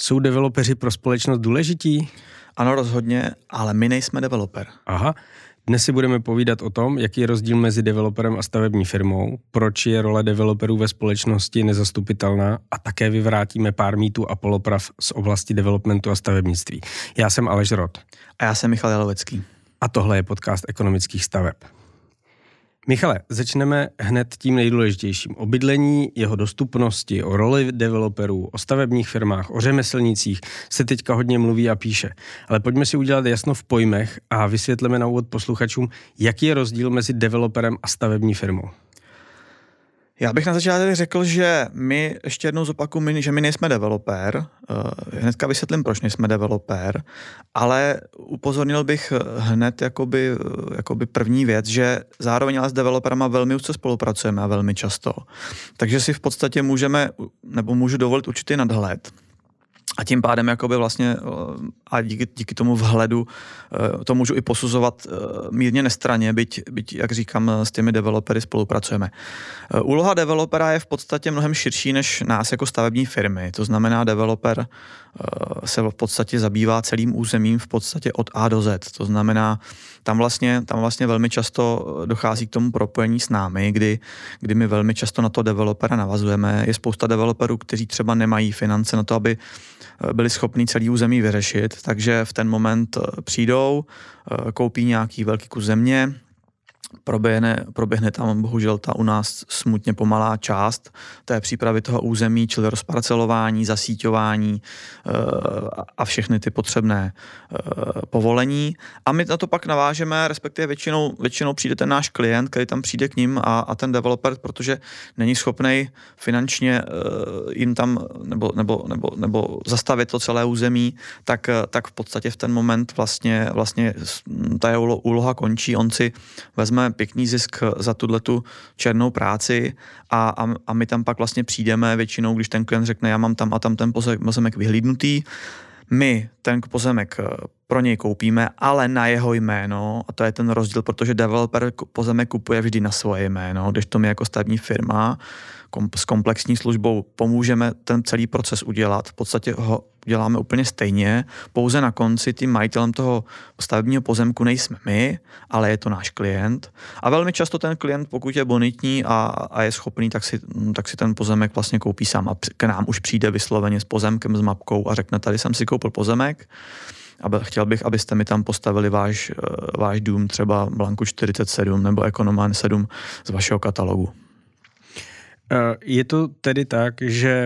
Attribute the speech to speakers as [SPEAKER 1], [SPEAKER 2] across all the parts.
[SPEAKER 1] Jsou developeři pro společnost důležití?
[SPEAKER 2] Ano, rozhodně, ale my nejsme developer.
[SPEAKER 1] Aha. Dnes si budeme povídat o tom, jaký je rozdíl mezi developerem a stavební firmou, proč je role developerů ve společnosti nezastupitelná a také vyvrátíme pár mýtů a poloprav z oblasti developmentu a stavebnictví. Já jsem Aleš Rod.
[SPEAKER 2] A já jsem Michal Jalovecký.
[SPEAKER 1] A tohle je podcast ekonomických staveb. Michale, začneme hned tím nejdůležitějším. O bydlení, jeho dostupnosti, o roli developerů, o stavebních firmách, o řemeslnících se teďka hodně mluví a píše. Ale pojďme si udělat jasno v pojmech a vysvětleme na úvod posluchačům, jaký je rozdíl mezi developerem a stavební firmou.
[SPEAKER 2] Já bych na začátek řekl, že my, ještě jednou zopakuju, že my nejsme developer, hnedka vysvětlím, proč nejsme developer, ale upozornil bych hned jakoby první věc, že zároveň ale s developerama velmi úzce spolupracujeme a velmi často. Takže si v podstatě můžu dovolit určitý nadhled. A tím pádem jakoby vlastně a díky tomu vhledu to můžu i posuzovat mírně nestranně, byť jak říkám, s těmi developery spolupracujeme. Úloha developera je v podstatě mnohem širší než nás jako stavební firmy. To znamená, developer se v podstatě zabývá celým územím v podstatě od A do Z. To znamená, tam vlastně velmi často dochází k tomu propojení s námi, kdy my velmi často na to developera navazujeme. Je spousta developerů, kteří třeba nemají finance na to, aby byli schopni celý území vyřešit, takže v ten moment přijdou, koupí nějaký velký kus země, proběhne tam bohužel ta u nás smutně pomalá část té přípravy toho území, čili rozparcelování, zasíťování a všechny ty potřebné povolení. A my na to pak navážeme, respektive většinou přijde ten náš klient, který tam přijde k ním a ten developer, protože není schopnej finančně jim tam nebo zastavit to celé území, tak v podstatě v ten moment vlastně ta jeho úloha končí, on si vezme pěkný zisk za tuhletu černou práci a my tam pak vlastně přijdeme většinou, když ten klient řekne, já mám tam a tam ten pozemek vyhlídnutý, my ten pozemek pro něj koupíme, ale na jeho jméno, a to je ten rozdíl, protože developer pozemek kupuje vždy na svoje jméno, kdežto my jako stavební firma s komplexní službou pomůžeme ten celý proces udělat. V podstatě ho děláme úplně stejně, pouze na konci tím majitelem toho stavebního pozemku nejsme my, ale je to náš klient. A velmi často ten klient, pokud je bonitní a je schopný, tak si ten pozemek vlastně koupí sám a k nám už přijde vysloveně s pozemkem, s mapkou a řekne, tady jsem si koupil pozemek, a chtěl bych, abyste mi tam postavili váš dům, třeba Blanku 47 nebo Economan 7 z vašeho katalogu.
[SPEAKER 1] Je to tedy tak, že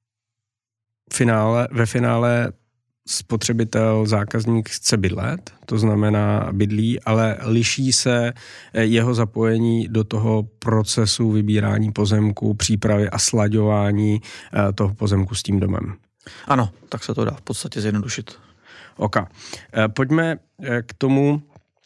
[SPEAKER 1] ve finále spotřebitel, zákazník chce bydlet, to znamená bydlí, ale liší se jeho zapojení do toho procesu vybírání pozemku, přípravy a slaďování toho pozemku s tím domem.
[SPEAKER 2] Ano, tak se to dá v podstatě zjednodušit.
[SPEAKER 1] OK. Pojďme k tomu,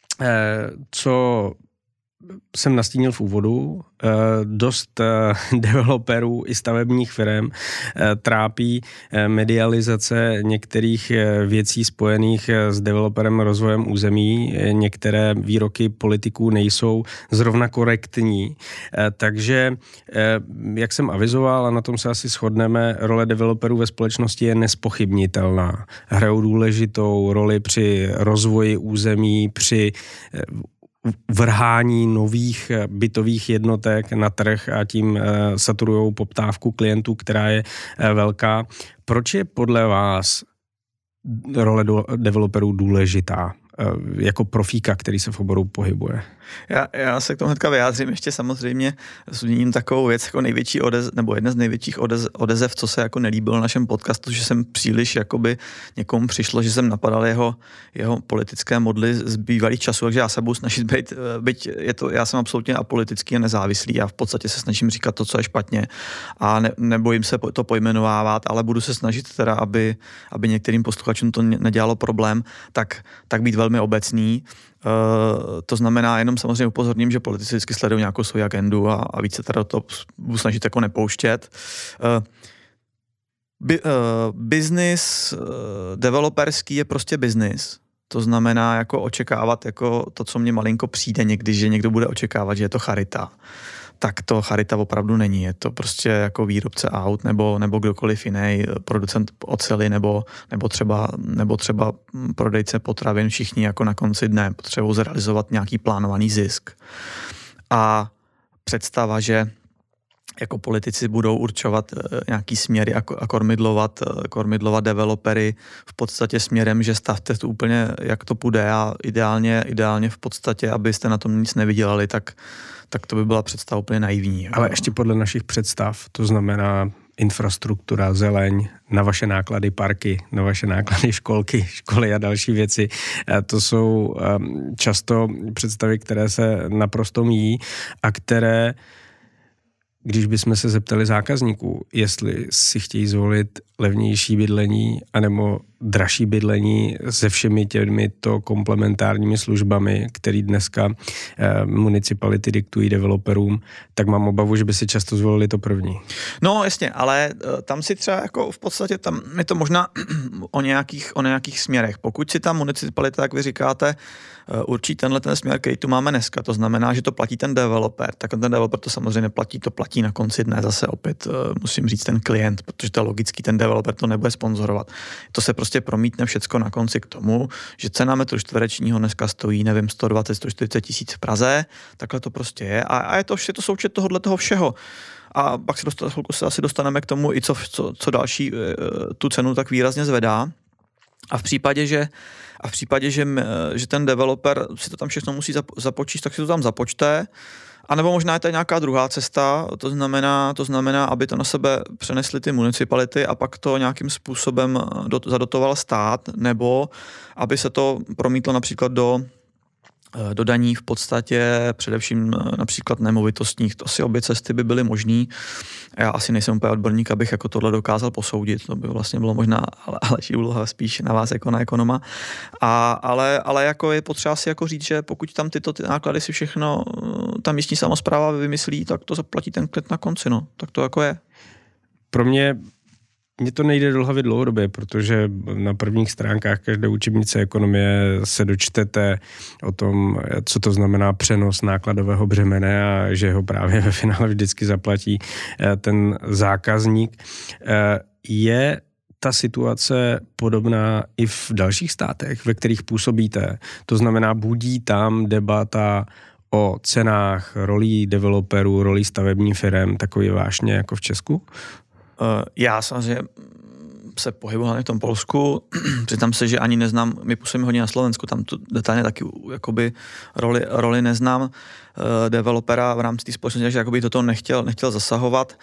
[SPEAKER 1] co jsem nastínil v úvodu. Dost developerů i stavebních firm trápí medializace některých věcí spojených s developerem rozvojem území. Některé výroky politiků nejsou zrovna korektní. Takže, jak jsem avizoval, a na tom se asi shodneme, role developerů ve společnosti je nespochybnitelná. Hrajou důležitou roli při rozvoji území, při vrhání nových bytových jednotek na trh a tím saturujou poptávku klientů, která je velká. Proč je podle vás role developerů důležitá jako profíka, který se v oboru pohybuje?
[SPEAKER 2] Já se k tomu hnedka vyjádřím, ještě samozřejmě zmíním takovou věc, jako největší nebo jedna z největších odezev, co se jako nelíbilo na našem podcastu, že jsem příliš jakoby někomu přišlo, že jsem napadal jeho politické modly z bývalých časů, takže já se budu snažit být já jsem absolutně apolitický a nezávislý a v podstatě se snažím říkat to, co je špatně a nebojím se to pojmenovávat, ale budu se snažit teda, aby některým posluchačům to nedělalo problém, tak být velmi obecný. To znamená, jenom samozřejmě upozorním, že politici vždycky sledují nějakou svou agendu a více teda to budu snažit jako nepouštět. Biznis developerský je prostě biznis. To znamená jako očekávat jako to, co mě malinko přijde někdy, že někdo bude očekávat, že je to charita. tak to charita opravdu není. Je to prostě jako výrobce aut nebo kdokoliv jiný, producent oceli nebo třeba prodejce potravin, všichni jako na konci dne potřebují zrealizovat nějaký plánovaný zisk. A představa, že jako politici budou určovat nějaký směry a kormidlovat developery v podstatě směrem, že stavte to úplně, jak to půjde a ideálně v podstatě, abyste na tom nic nevydělali, tak to by byla představa úplně naivní.
[SPEAKER 1] Ale ještě podle našich představ, to znamená infrastruktura, zeleň, na vaše náklady parky, na vaše náklady školy a další věci. To jsou často představy, které se naprosto míjí a které, když bychom se zeptali zákazníků, jestli si chtějí zvolit levnější bydlení anebo dražší bydlení se všemi těmito komplementárními službami, které dneska municipality diktují developerům, tak mám obavu, že by si často zvolili to první.
[SPEAKER 2] No jasně, ale tam si třeba jako v podstatě tam je to možná o nějakých směrech. Pokud si ta municipalita, jak vy říkáte, určí tenhle ten směr, který tu máme dneska, to znamená, že to platí ten developer, tak ten developer to samozřejmě neplatí, to platí na konci dne zase opět, musím říct, ten klient, protože to je logický, ten developer to nebude sponzorovat. To se prostě promítne všecko na konci k tomu, že cena metru čtverečního dneska stojí, nevím, 120-140 tisíc v Praze, takhle to prostě je a je to součet toho všeho. A pak se asi dostaneme k tomu, i co další tu cenu tak výrazně zvedá. A v případě, že ten developer si to tam všechno musí započíst, tak si to tam započte. A nebo možná je to nějaká druhá cesta, to znamená, aby to na sebe přenesly ty municipality a pak to nějakým způsobem zadotoval stát, nebo aby se to promítlo například do daní v podstatě, především například nemovitostních. To asi obě cesty by byly možný. Já asi nejsem úplně odborník, abych jako tohle dokázal posoudit. To by vlastně bylo možná lepší úloha spíš na vás jako na ekonoma. Ale jako je potřeba si jako říct, že pokud tam ty náklady si všechno ta místní samospráva vymyslí, tak to zaplatí ten klient na konci. No. Tak to jako je.
[SPEAKER 1] Pro mě to nejde do hlavy dlouhodobě, protože na prvních stránkách každé učebnice ekonomie se dočtete o tom, co to znamená přenos nákladového břemene a že ho právě ve finále vždycky zaplatí ten zákazník. Je ta situace podobná i v dalších státech, ve kterých působíte? To znamená, budí tam debata o cenách, rolí developerů, rolí stavebních firem, takový vážně jako v Česku?
[SPEAKER 2] Já samozřejmě se pohybuji hlavně v tom Polsku. Přiznám se, že ani neznám, my působíme hodně na Slovensku, tam to detailně taky jakoby roli neznám developera v rámci té společnosti, takže jakoby toto nechtěl zasahovat.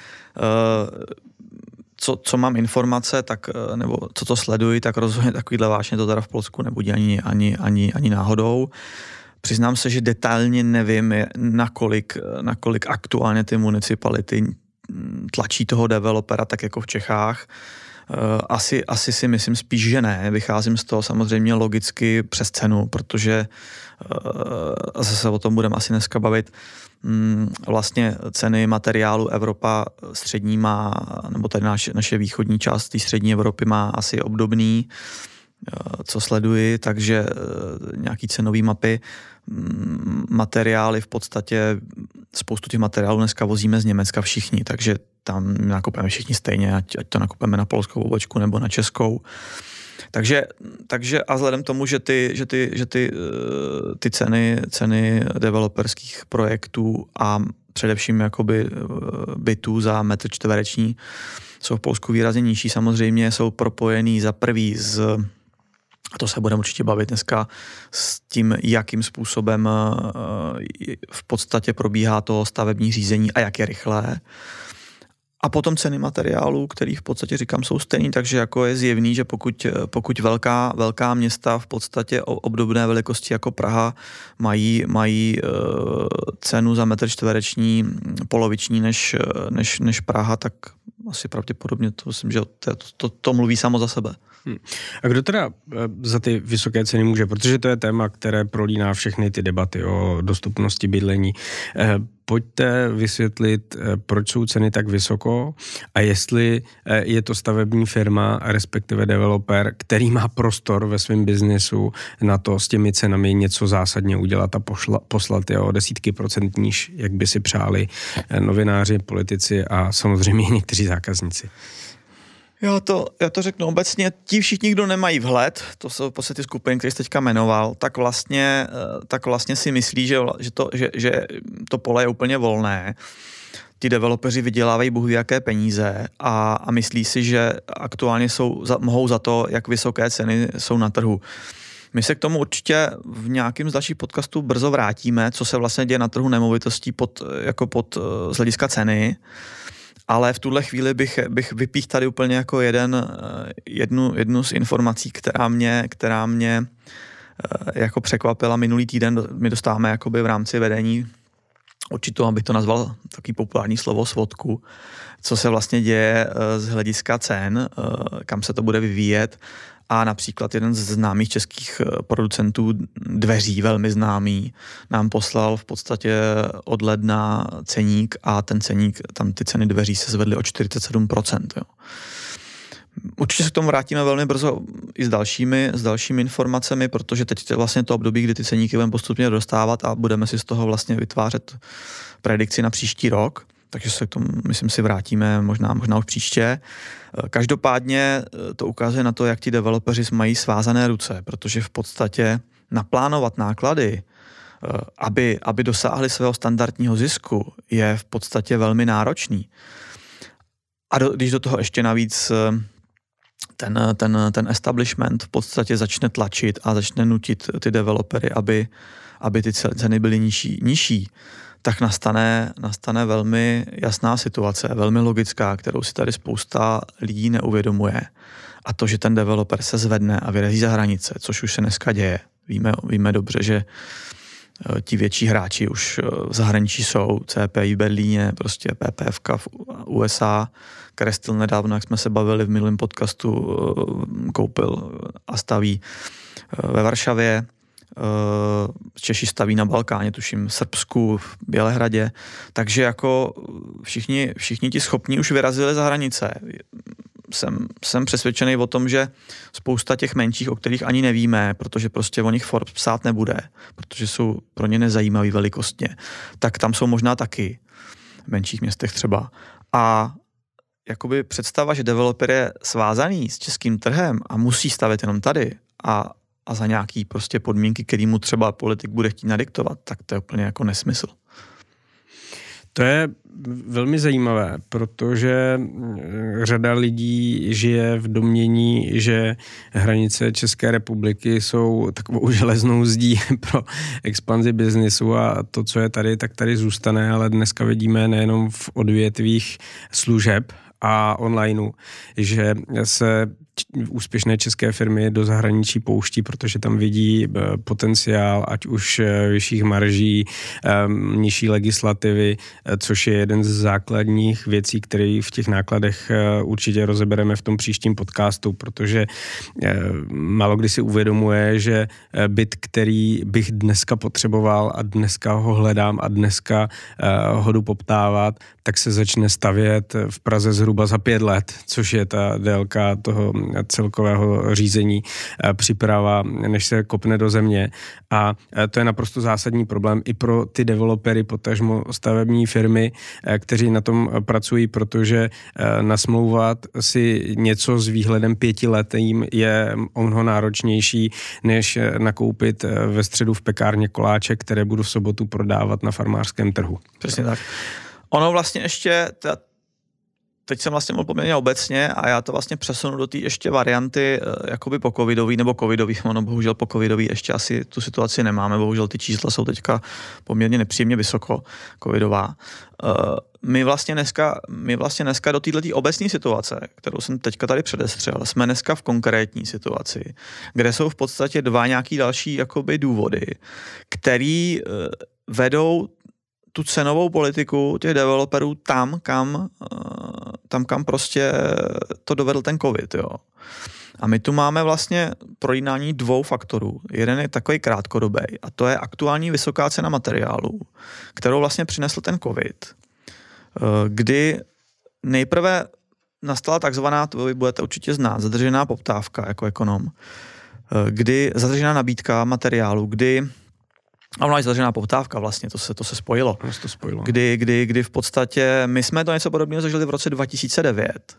[SPEAKER 2] Co mám informace, tak, nebo co sleduji, tak rozhodně takovýhle vážně to teda v Polsku nebude ani náhodou. Přiznám se, že detailně nevím, nakolik aktuálně ty municipality tlačí toho developera, tak jako v Čechách. Asi si myslím spíš, že ne. Vycházím z toho samozřejmě logicky přes cenu, protože zase o tom budeme asi dneska bavit. Vlastně ceny materiálu Evropa střední má, nebo tady naše východní část té střední Evropy má asi obdobný, co sleduji, takže nějaký cenový mapy, materiály v podstatě, spoustu těch materiálů dneska vozíme z Německa všichni, takže tam nakupujeme všichni stejně, ať to nakupujeme na polskou pobočku nebo na českou. Takže a vzhledem tomu, že ty ceny developerských projektů a především jakoby bytů za metr čtvereční jsou v Polsku výrazně nižší, samozřejmě jsou propojený za prvý a to se budeme určitě bavit dneska s tím, jakým způsobem v podstatě probíhá to stavební řízení a jak je rychlé. A potom ceny materiálů, který v podstatě říkám jsou stejný, takže jako je zjevný, že pokud velká města v podstatě obdobné velikosti jako Praha mají cenu za metr čtvereční poloviční než Praha, tak asi pravděpodobně to myslím, že to mluví samo za sebe.
[SPEAKER 1] A kdo teda za ty vysoké ceny může? Protože to je téma, které prolíná všechny ty debaty o dostupnosti bydlení. pojďte vysvětlit, proč jsou ceny tak vysoko a jestli je to stavební firma, respektive developer, který má prostor ve svém biznesu na to s těmi cenami něco zásadně udělat a poslat je o desítky procent níž, jak by si přáli novináři, politici a samozřejmě někteří zákazníci.
[SPEAKER 2] Já to řeknu obecně, ti všichni, kdo nemají vhled, to jsou prostě ty skupiny, které jsi teďka jmenoval, tak vlastně si myslí, že to pole je úplně volné. Ti developeři vydělávají bůh ví jaké peníze a myslí si, že aktuálně mohou za to, jak vysoké ceny jsou na trhu. My se k tomu určitě v nějakém z dalších podcastů brzo vrátíme, co se vlastně děje na trhu nemovitostí z hlediska ceny. Ale v tuhle chvíli bych vypíchl tady úplně jako jednu z informací, která mě jako překvapila minulý týden. My dostáváme jakoby v rámci vedení určitou, abych to nazval takový populární slovo, svodku, co se vlastně děje z hlediska cen, kam se to bude vyvíjet. A například jeden z známých českých producentů dveří, velmi známý, nám poslal v podstatě od ledna ceník a ten ceník, tam ty ceny dveří se zvedly o 47%. Jo. Určitě se k tomu vrátíme velmi brzo i s dalšími informacemi, protože teď je vlastně to období, kdy ty ceníky budeme postupně dostávat a budeme si z toho vlastně vytvářet predikci na příští rok. Takže se k tomu, myslím si, vrátíme možná už příště. Každopádně to ukazuje na to, jak ti developeři mají svázané ruce, protože v podstatě naplánovat náklady, aby dosáhli svého standardního zisku, je v podstatě velmi náročný. A když do toho ještě navíc ten establishment v podstatě začne tlačit a začne nutit ty developery, aby ty ceny byly nižší, tak nastane velmi jasná situace, velmi logická, kterou si tady spousta lidí neuvědomuje. A to, že ten developer se zvedne a vyrazí za hranice, což už se dneska děje. Víme dobře, že ti větší hráči už v zahraničí jsou, CPI v Berlíně, prostě PPFka v USA, Crestel nedávno, jak jsme se bavili v minulém podcastu, koupil a staví ve Varšavě. Češi staví na Balkáně, tuším v Srbsku, v Bělehradě, takže jako všichni ti schopní už vyrazili za hranice. Jsem přesvědčený o tom, že spousta těch menších, o kterých ani nevíme, protože prostě o nich Forbes psát nebude, protože jsou pro ně nezajímavý velikostně, tak tam jsou možná taky v menších městech třeba. A jakoby představa, že developer je svázaný s českým trhem a musí stavět jenom tady a za nějaký prostě podmínky, který mu třeba politik bude chtít nadiktovat, tak to je úplně jako nesmysl.
[SPEAKER 1] To je velmi zajímavé, protože řada lidí žije v domnění, že hranice České republiky jsou takovou železnou zdí pro expanzi biznisu a to, co je tady, tak tady zůstane, ale dneska vidíme nejenom v odvětvích služeb a onlineu, že se úspěšné české firmy do zahraničí pouští, protože tam vidí potenciál, ať už vyšších marží, nižší legislativy, což je jeden z základních věcí, které v těch nákladech určitě rozebereme v tom příštím podcastu, protože málo kdy si uvědomuje, že byt, který bych dneska potřeboval a dneska ho hledám a dneska ho jdu poptávat, tak se začne stavět v Praze zhruba za 5 let, což je ta délka toho celkového řízení, příprava, než se kopne do země. A to je naprosto zásadní problém i pro ty developery, potažmo stavební firmy, kteří na tom pracují, protože nasmlouvat si něco s výhledem 5letým je o mnoho náročnější, než nakoupit ve středu v pekárně koláče, které budu v sobotu prodávat na farmářském trhu.
[SPEAKER 2] Přesně tak. Ono vlastně ještě, teď jsem vlastně mluvil poměrně obecně a já to vlastně přesunu do té ještě varianty jakoby po covidový nebo covidový, ono bohužel po covidový ještě asi tu situaci nemáme, bohužel ty čísla jsou teďka poměrně nepříjemně vysoko covidová. My vlastně dneska do této obecné situace, kterou jsem teďka tady předestřel, jsme dneska v konkrétní situaci, kde jsou v podstatě dva nějaký další jakoby důvody, který vedou tu cenovou politiku těch developerů tam, kam prostě to dovedl ten covid, jo. A my tu máme vlastně projednání dvou faktorů. Jeden je takový krátkodobý a to je aktuální vysoká cena materiálů, kterou vlastně přinesl ten covid, kdy nejprve nastala takzvaná, to vy budete určitě znát, zadržená poptávka jako ekonom, kdy zadržená nabídka materiálu, kdy a ona je zadržená poptávka vlastně, to se spojilo. Kdy v podstatě, my jsme to něco podobného zažili v roce 2009.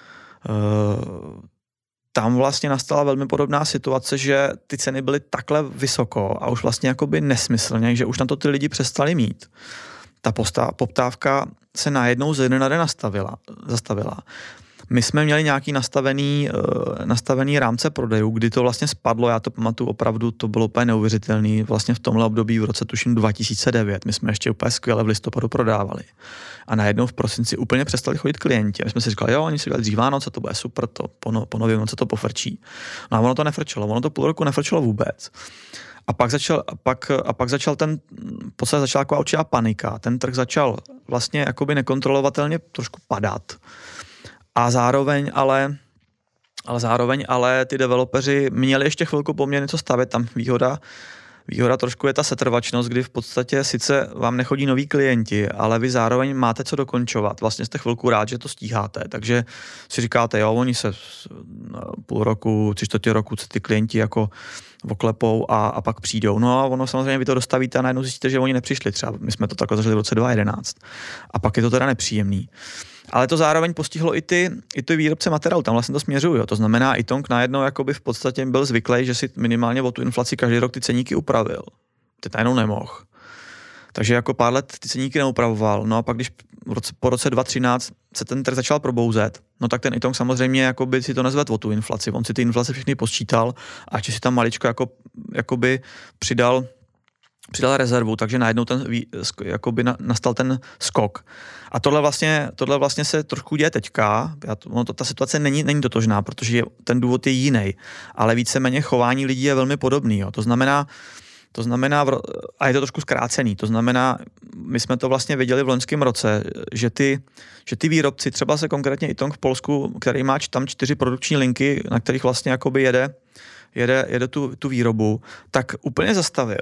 [SPEAKER 2] Tam vlastně nastala velmi podobná situace, že ty ceny byly takhle vysoko a už vlastně jakoby nesmyslně, že už na to ty lidi přestali mít. Ta poptávka se najednou ze dne na den zastavila. My jsme měli nějaký nastavený rámce prodejů, kdy to vlastně spadlo, já to pamatuju opravdu, to bylo úplně neuvěřitelný, vlastně v tomhle období v roce tuším 2009, my jsme ještě úplně skvěle v listopadu prodávali. A najednou v prosinci úplně přestali chodit klienti. My jsme si říkali, jo, oni si dělali dřív Vánoce, to bude super, to po novém, co to pofrčí. No a ono to nefrčelo, ono to půl roku nefrčelo vůbec. A pak začala taková určitá panika. Ten trh začal vlastně jakoby nekontrolovatelně trošku padat. A zároveň ale ty developeři měli ještě chvilku po mně něco stavět. Tam výhoda trošku je ta setrvačnost, kdy v podstatě sice vám nechodí noví klienti, ale vy zároveň máte co dokončovat. Vlastně jste chvilku rád, že to stíháte. Takže si říkáte, jo, oni se půl roku, 3/4 roku se ty klienti jako oklepou a pak přijdou. No a ono samozřejmě vy to dostavíte a najednou zjistíte, že oni nepřišli. Třeba my jsme to takhle zažili v roce 2011. A pak je to teda nepříjemný. Ale to zároveň postihlo i ty výrobce materiálu, tam vlastně to směřuju. To znamená, i Tong najednou jakoby v podstatě byl zvyklý, že si minimálně o tu inflaci každý rok ty ceníky upravil. Teď najednou nemohl. Takže jako pár let ty ceníky neupravoval. No a pak když po roce 2013 se ten trh začal probouzet, no tak ten Itong samozřejmě jakoby si to nezvedl o tu inflaci. On si ty inflace všechny posčítal a ještě si tam maličko jakoby přidal rezervu, takže najednou nastal ten skok. A tohle vlastně se trošku děje teďka. Ta situace není totožná, protože ten důvod je jiný, ale víceméně chování lidí je velmi podobný. Jo. To znamená, a je to trošku zkrácený, to znamená, my jsme to vlastně viděli v loňském roce, že ty výrobci, třeba se konkrétně Itong v Polsku, který má tam 4 produkční linky, na kterých vlastně jakoby jede tu výrobu, tak úplně zastavil.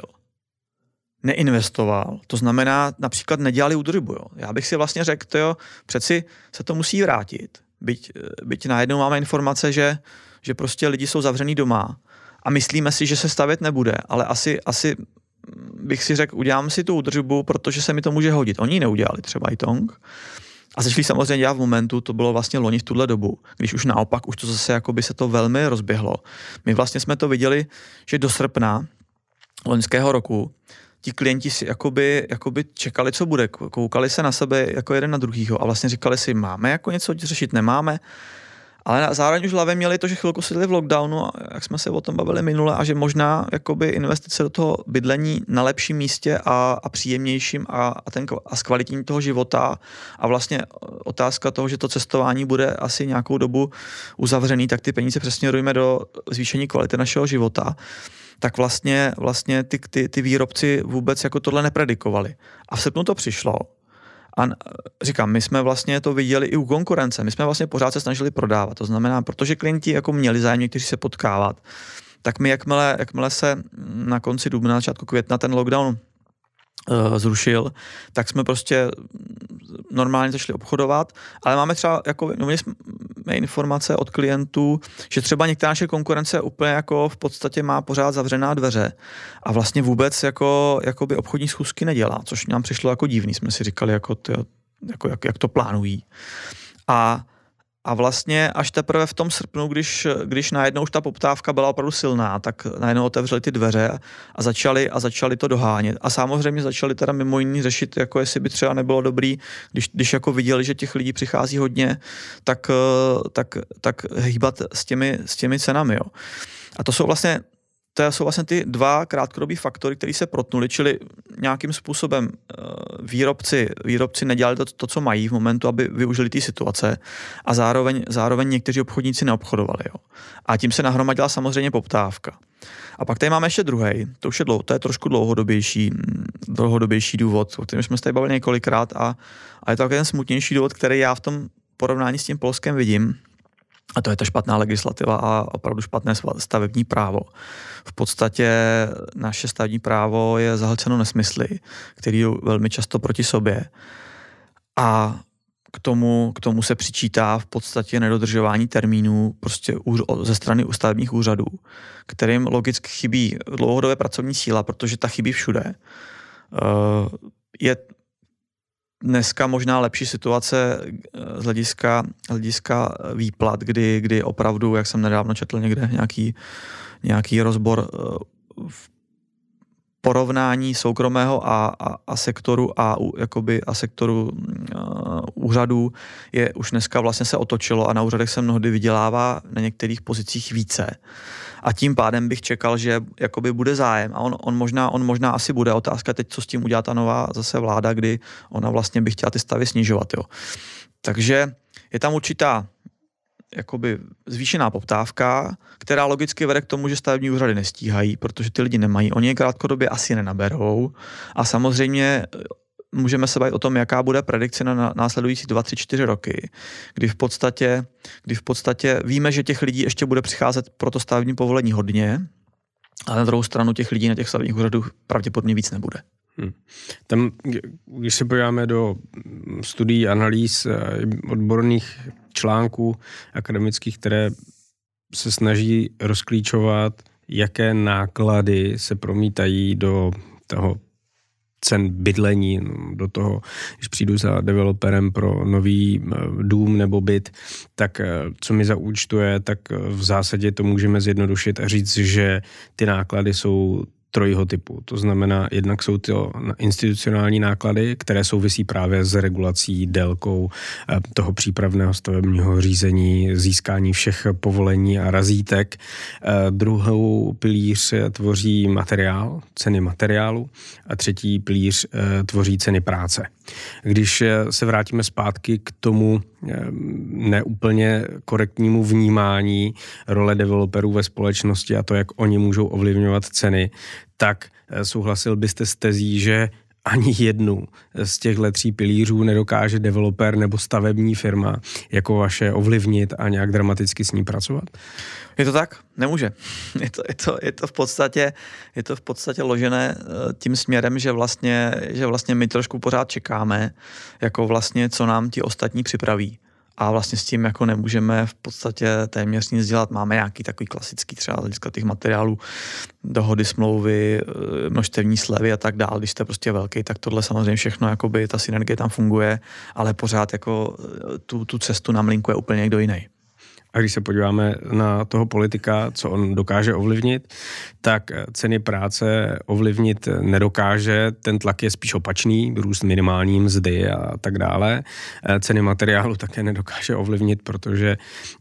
[SPEAKER 2] Neinvestoval. To znamená, například nedělali údržbu. Jo. Já bych si vlastně řekl, jo, přeci se to musí vrátit. Byť najednou máme informace, že prostě lidi jsou zavřený doma a myslíme si, že se stavět nebude, ale asi bych si řekl, udělám si tu údržbu, protože se mi to může hodit. Oni ji neudělali, třeba Itong. A začali samozřejmě dělat v momentu, to bylo vlastně loni v tuhle dobu, když už naopak, už to zase jakoby se to velmi rozběhlo. My vlastně jsme to viděli, že do srpna loňského roku ti klienti si jakoby čekali, co bude, koukali se na sebe jako jeden na druhýho a vlastně říkali si, máme jako něco řešit, nemáme. Ale zároveň už hlavě měli to, že chvilku sedli v lockdownu, jak jsme se o tom bavili minule, a že možná jakoby investice do toho bydlení na lepším místě a příjemnějším a zkvalitnění toho života a vlastně otázka toho, že to cestování bude asi nějakou dobu uzavřený, tak ty peníze přesměrujeme do zvýšení kvality našeho života. Tak vlastně ty výrobci vůbec jako tohle nepredikovali. A v srpnu to přišlo. A říkám, my jsme vlastně to viděli i u konkurence. My jsme vlastně pořád se snažili prodávat. To znamená, protože klienti jako měli zájem někteří se potkávat, tak my jakmile se na konci dubna, na začátku května ten lockdown zrušil, tak jsme prostě normálně začali obchodovat, ale máme třeba, měli jsme informace od klientů, že třeba některá naše konkurence úplně jako v podstatě má pořád zavřená dveře a vlastně vůbec jakoby obchodní schůzky nedělá, což nám přišlo jako divný, jsme si říkali, jak to plánují. A vlastně až teprve v tom srpnu, když najednou už ta poptávka byla opravdu silná, tak najednou otevřeli ty dveře a začali to dohánět. A samozřejmě začali teda mimo jiný řešit, jako jestli by třeba nebylo dobrý, když jako viděli, že těch lidí přichází hodně, tak hýbat s těmi cenami. Jo. A to jsou vlastně ty dva krátkodobý faktory, které se protnuly, čili nějakým způsobem výrobci nedělali to, co mají v momentu, aby využili ty situace a zároveň někteří obchodníci neobchodovali. Jo. A tím se nahromadila samozřejmě poptávka. A pak tady máme ještě druhý, to je trošku dlouhodobější důvod, o kterém jsme se tady bavili několikrát a je to takový ten smutnější důvod, který já v tom porovnání s tím Polskem vidím. A to je ta špatná legislativa a opravdu špatné stavební právo. V podstatě naše stavební právo je zahlceno nesmysly, které jdou velmi často proti sobě. A k tomu se přičítá v podstatě nedodržování termínů prostě ze strany stavebních úřadů, kterým logicky chybí dlouhodobé pracovní síla, protože ta chybí všude. Je dneska možná lepší situace z hlediska výplat, kdy opravdu, jak jsem nedávno četl někde nějaký rozbor v porovnání soukromého a sektoru a sektoru úřadů je už dneska vlastně se otočilo a na úřadech se mnohdy vydělává na některých pozicích více. A tím pádem bych čekal, že jakoby bude zájem a on možná asi bude. Otázka teď, co s tím udělá ta nová zase vláda, kdy ona vlastně by chtěla ty stavy snižovat. Jo. Takže je tam určitá jakoby zvýšená poptávka, která logicky vede k tomu, že stavební úřady nestíhají, protože ty lidi nemají. Oni je krátkodobě asi nenaberou. A samozřejmě můžeme se bavit o tom, jaká bude predikce na následující 2, 3, 4 roky, kdy v podstatě víme, že těch lidí ještě bude přicházet pro to stavební povolení hodně, ale na druhou stranu těch lidí na těch stavebních úřadů pravděpodobně víc nebude.
[SPEAKER 1] Tam, když se podíváme do studií, analýz, odborných článků akademických, které se snaží rozklíčovat, jaké náklady se promítají do toho cen bydlení, do toho, když přijdu za developerem pro nový dům nebo byt, tak co mi zaúčtuje, tak v zásadě to můžeme zjednodušit a říct, že ty náklady jsou trojího typu. To znamená, jednak jsou to institucionální náklady, které souvisí právě s regulací, délkou toho přípravného stavebního řízení, získání všech povolení a razítek. Druhou pilíř tvoří materiál, ceny materiálu a třetí pilíř tvoří ceny práce. Když se vrátíme zpátky k tomu neúplně korektnímu vnímání role developerů ve společnosti a to, jak oni můžou ovlivňovat ceny, tak souhlasil byste s tezí, že ani jednu z těchto 3 pilířů nedokáže developer nebo stavební firma jako vaše ovlivnit a nějak dramaticky s ní pracovat?
[SPEAKER 2] Je to tak? Nemůže. Je to v podstatě ložené tím směrem, že vlastně my trošku pořád čekáme, jako vlastně, co nám ti ostatní připraví. A vlastně s tím jako nemůžeme v podstatě téměř nic dělat. Máme nějaký takový klasický třeba hlediska těch materiálů, dohody, smlouvy, množstevní slevy a tak dále. Když jste prostě velký, tak tohle samozřejmě všechno, jakoby ta synergie tam funguje, ale pořád jako tu cestu nám linkuje úplně někdo jiný.
[SPEAKER 1] A když se podíváme na toho politika, co on dokáže ovlivnit, tak ceny práce ovlivnit nedokáže. Ten tlak je spíš opačný, růst minimální mzdy a tak dále. Ceny materiálu také nedokáže ovlivnit, protože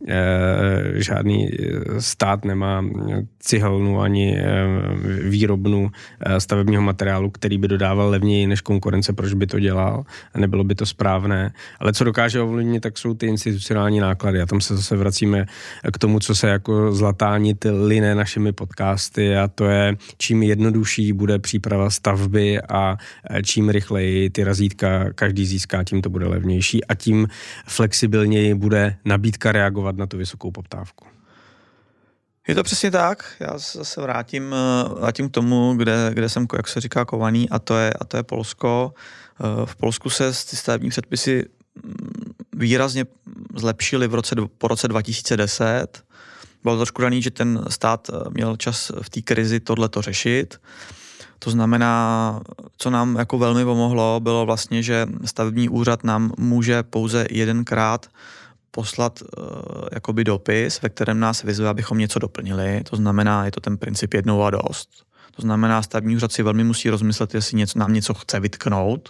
[SPEAKER 1] žádný stát nemá cihelnu ani výrobnu stavebního materiálu, který by dodával levněji než konkurence, proč by to dělal. Nebylo by to správné. Ale co dokáže ovlivnit, tak jsou ty institucionální náklady. A tam se zase vracíme k tomu, co se jako zlatá nit line našimi podcasty a to je, čím jednodušší bude příprava stavby a čím rychleji ty razítka každý získá, tím to bude levnější a tím flexibilněji bude nabídka reagovat na tu vysokou poptávku.
[SPEAKER 2] Je to přesně tak. Já se zase vrátím k tomu, kde jsem, jak se říká, kovaný a to je Polsko. V Polsku se ty stavební předpisy výrazně zlepšily po roce 2010. Bylo trošku daný, že ten stát měl čas v té krizi tohleto řešit. To znamená, co nám jako velmi pomohlo, bylo vlastně, že stavební úřad nám může pouze jedenkrát poslat jakoby dopis, ve kterém nás vyzve, abychom něco doplnili. To znamená, je to ten princip jednou a dost. To znamená, stavební úřad si velmi musí rozmyslet, jestli nám něco chce vytknout.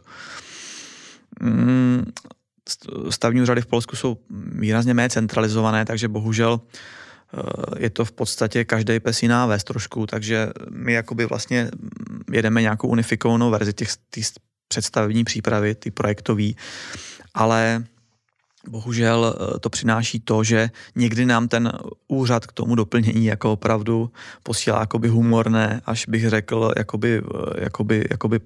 [SPEAKER 2] Stavební úřady v Polsku jsou výrazně méně centralizované, takže bohužel je to v podstatě každý pes jiná ves trošku, takže my jakoby vlastně jedeme nějakou unifikovanou verzi těch představební přípravy, ty projektový, ale bohužel to přináší to, že někdy nám ten úřad k tomu doplnění jako opravdu posílá jakoby humorné, až bych řekl, jakoby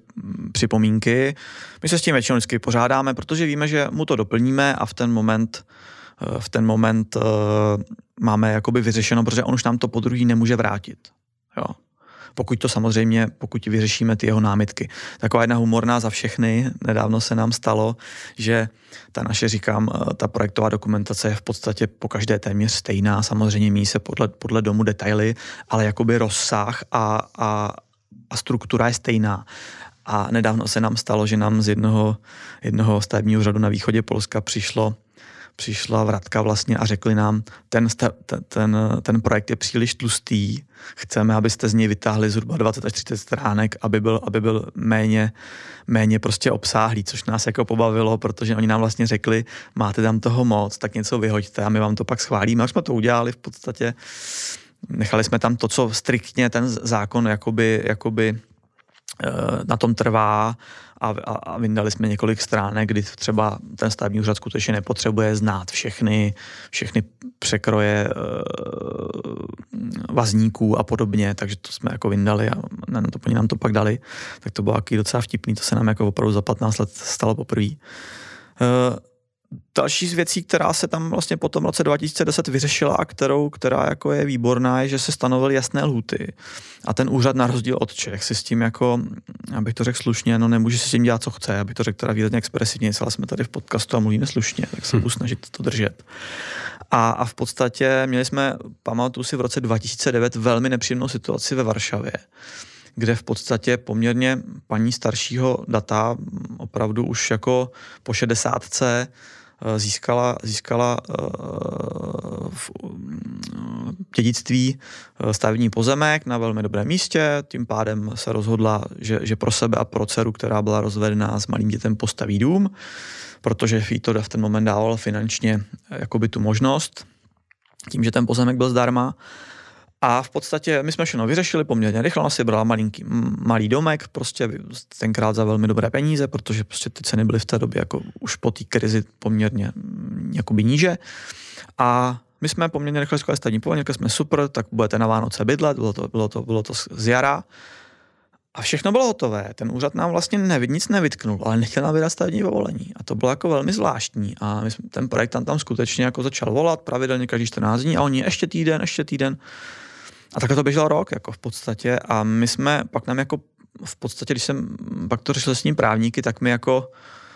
[SPEAKER 2] připomínky. My se s tím většinou vždycky pořádáme, protože víme, že mu to doplníme a v ten moment v ten moment máme jakoby vyřešeno, protože on už nám to podruhý nemůže vrátit. Jo. Pokud vyřešíme ty jeho námitky. Taková jedna humorná za všechny. Nedávno se nám stalo, že ta projektová dokumentace je v podstatě po každé téměř stejná. Samozřejmě míjí se podle domu detaily, ale jakoby rozsah a struktura je stejná. A nedávno se nám stalo, že nám z jednoho stavebního úřadu na východě Polska přišla vratka vlastně a řekli nám, ten projekt je příliš tlustý, chceme, abyste z něj vytáhli zhruba 20 až 30 stránek, aby byl méně prostě obsáhlý, což nás jako pobavilo, protože oni nám vlastně řekli, máte tam toho moc, tak něco vyhoďte a my vám to pak schválíme. A už jsme to udělali v podstatě, nechali jsme tam to, co striktně ten zákon jakoby na tom trvá a vyndali jsme několik stránek, kdy třeba ten stavební úřad skutečně nepotřebuje znát všechny překroje vazníků a podobně, takže to jsme jako vyndali a oni nám to pak dali, tak to bylo taky docela vtipný, to se nám jako opravdu za 15 let stalo poprvé. Další z věcí, která se tam vlastně po tom roce 2010 vyřešila a která jako je výborná, je, že se stanovily jasné lhůty. A ten úřad na rozdíl od Čech si s tím jako, abych to řekl slušně, nemůže si s tím dělat, co chce, abych to řekl teda výrazně expresivně, ale jsme tady v podcastu a mluvíme slušně, tak se budu snažit to držet. A v podstatě měli jsme, pamatuju si, v roce 2009 velmi nepříjemnou situaci ve Varšavě, kde v podstatě poměrně paní staršího data, opravdu už jako po 60 získala v dědictví stavební pozemek na velmi dobrém místě, tím pádem se rozhodla, že pro sebe a pro dceru, která byla rozvedená s malým dětem, postaví dům, protože jí to v ten moment dávalo finančně jakoby tu možnost, tím, že ten pozemek byl zdarma. A v podstatě my jsme všechno vyřešili poměrně rychle, ona si brala malý domek, prostě tenkrát za velmi dobré peníze, protože prostě ty ceny byly v té době jako už po té krizi poměrně jakoby níže. A my jsme poměrně rychle říkali stavební povolení, řekli jsme super, tak budete na Vánoce bydlet, bylo to z jara. A všechno bylo hotové. Ten úřad nám vlastně nic nevytknul, ale nechtěl nám vydat stavební povolení. A to bylo jako velmi zvláštní. A ten projektant tam skutečně jako začal volat pravidelně každý 14 dní a oni ještě týden. A takhle to běžel rok, jako v podstatě. A my jsme, pak nám jako v podstatě, když jsem pak to řešil s ním právníky, tak mi jako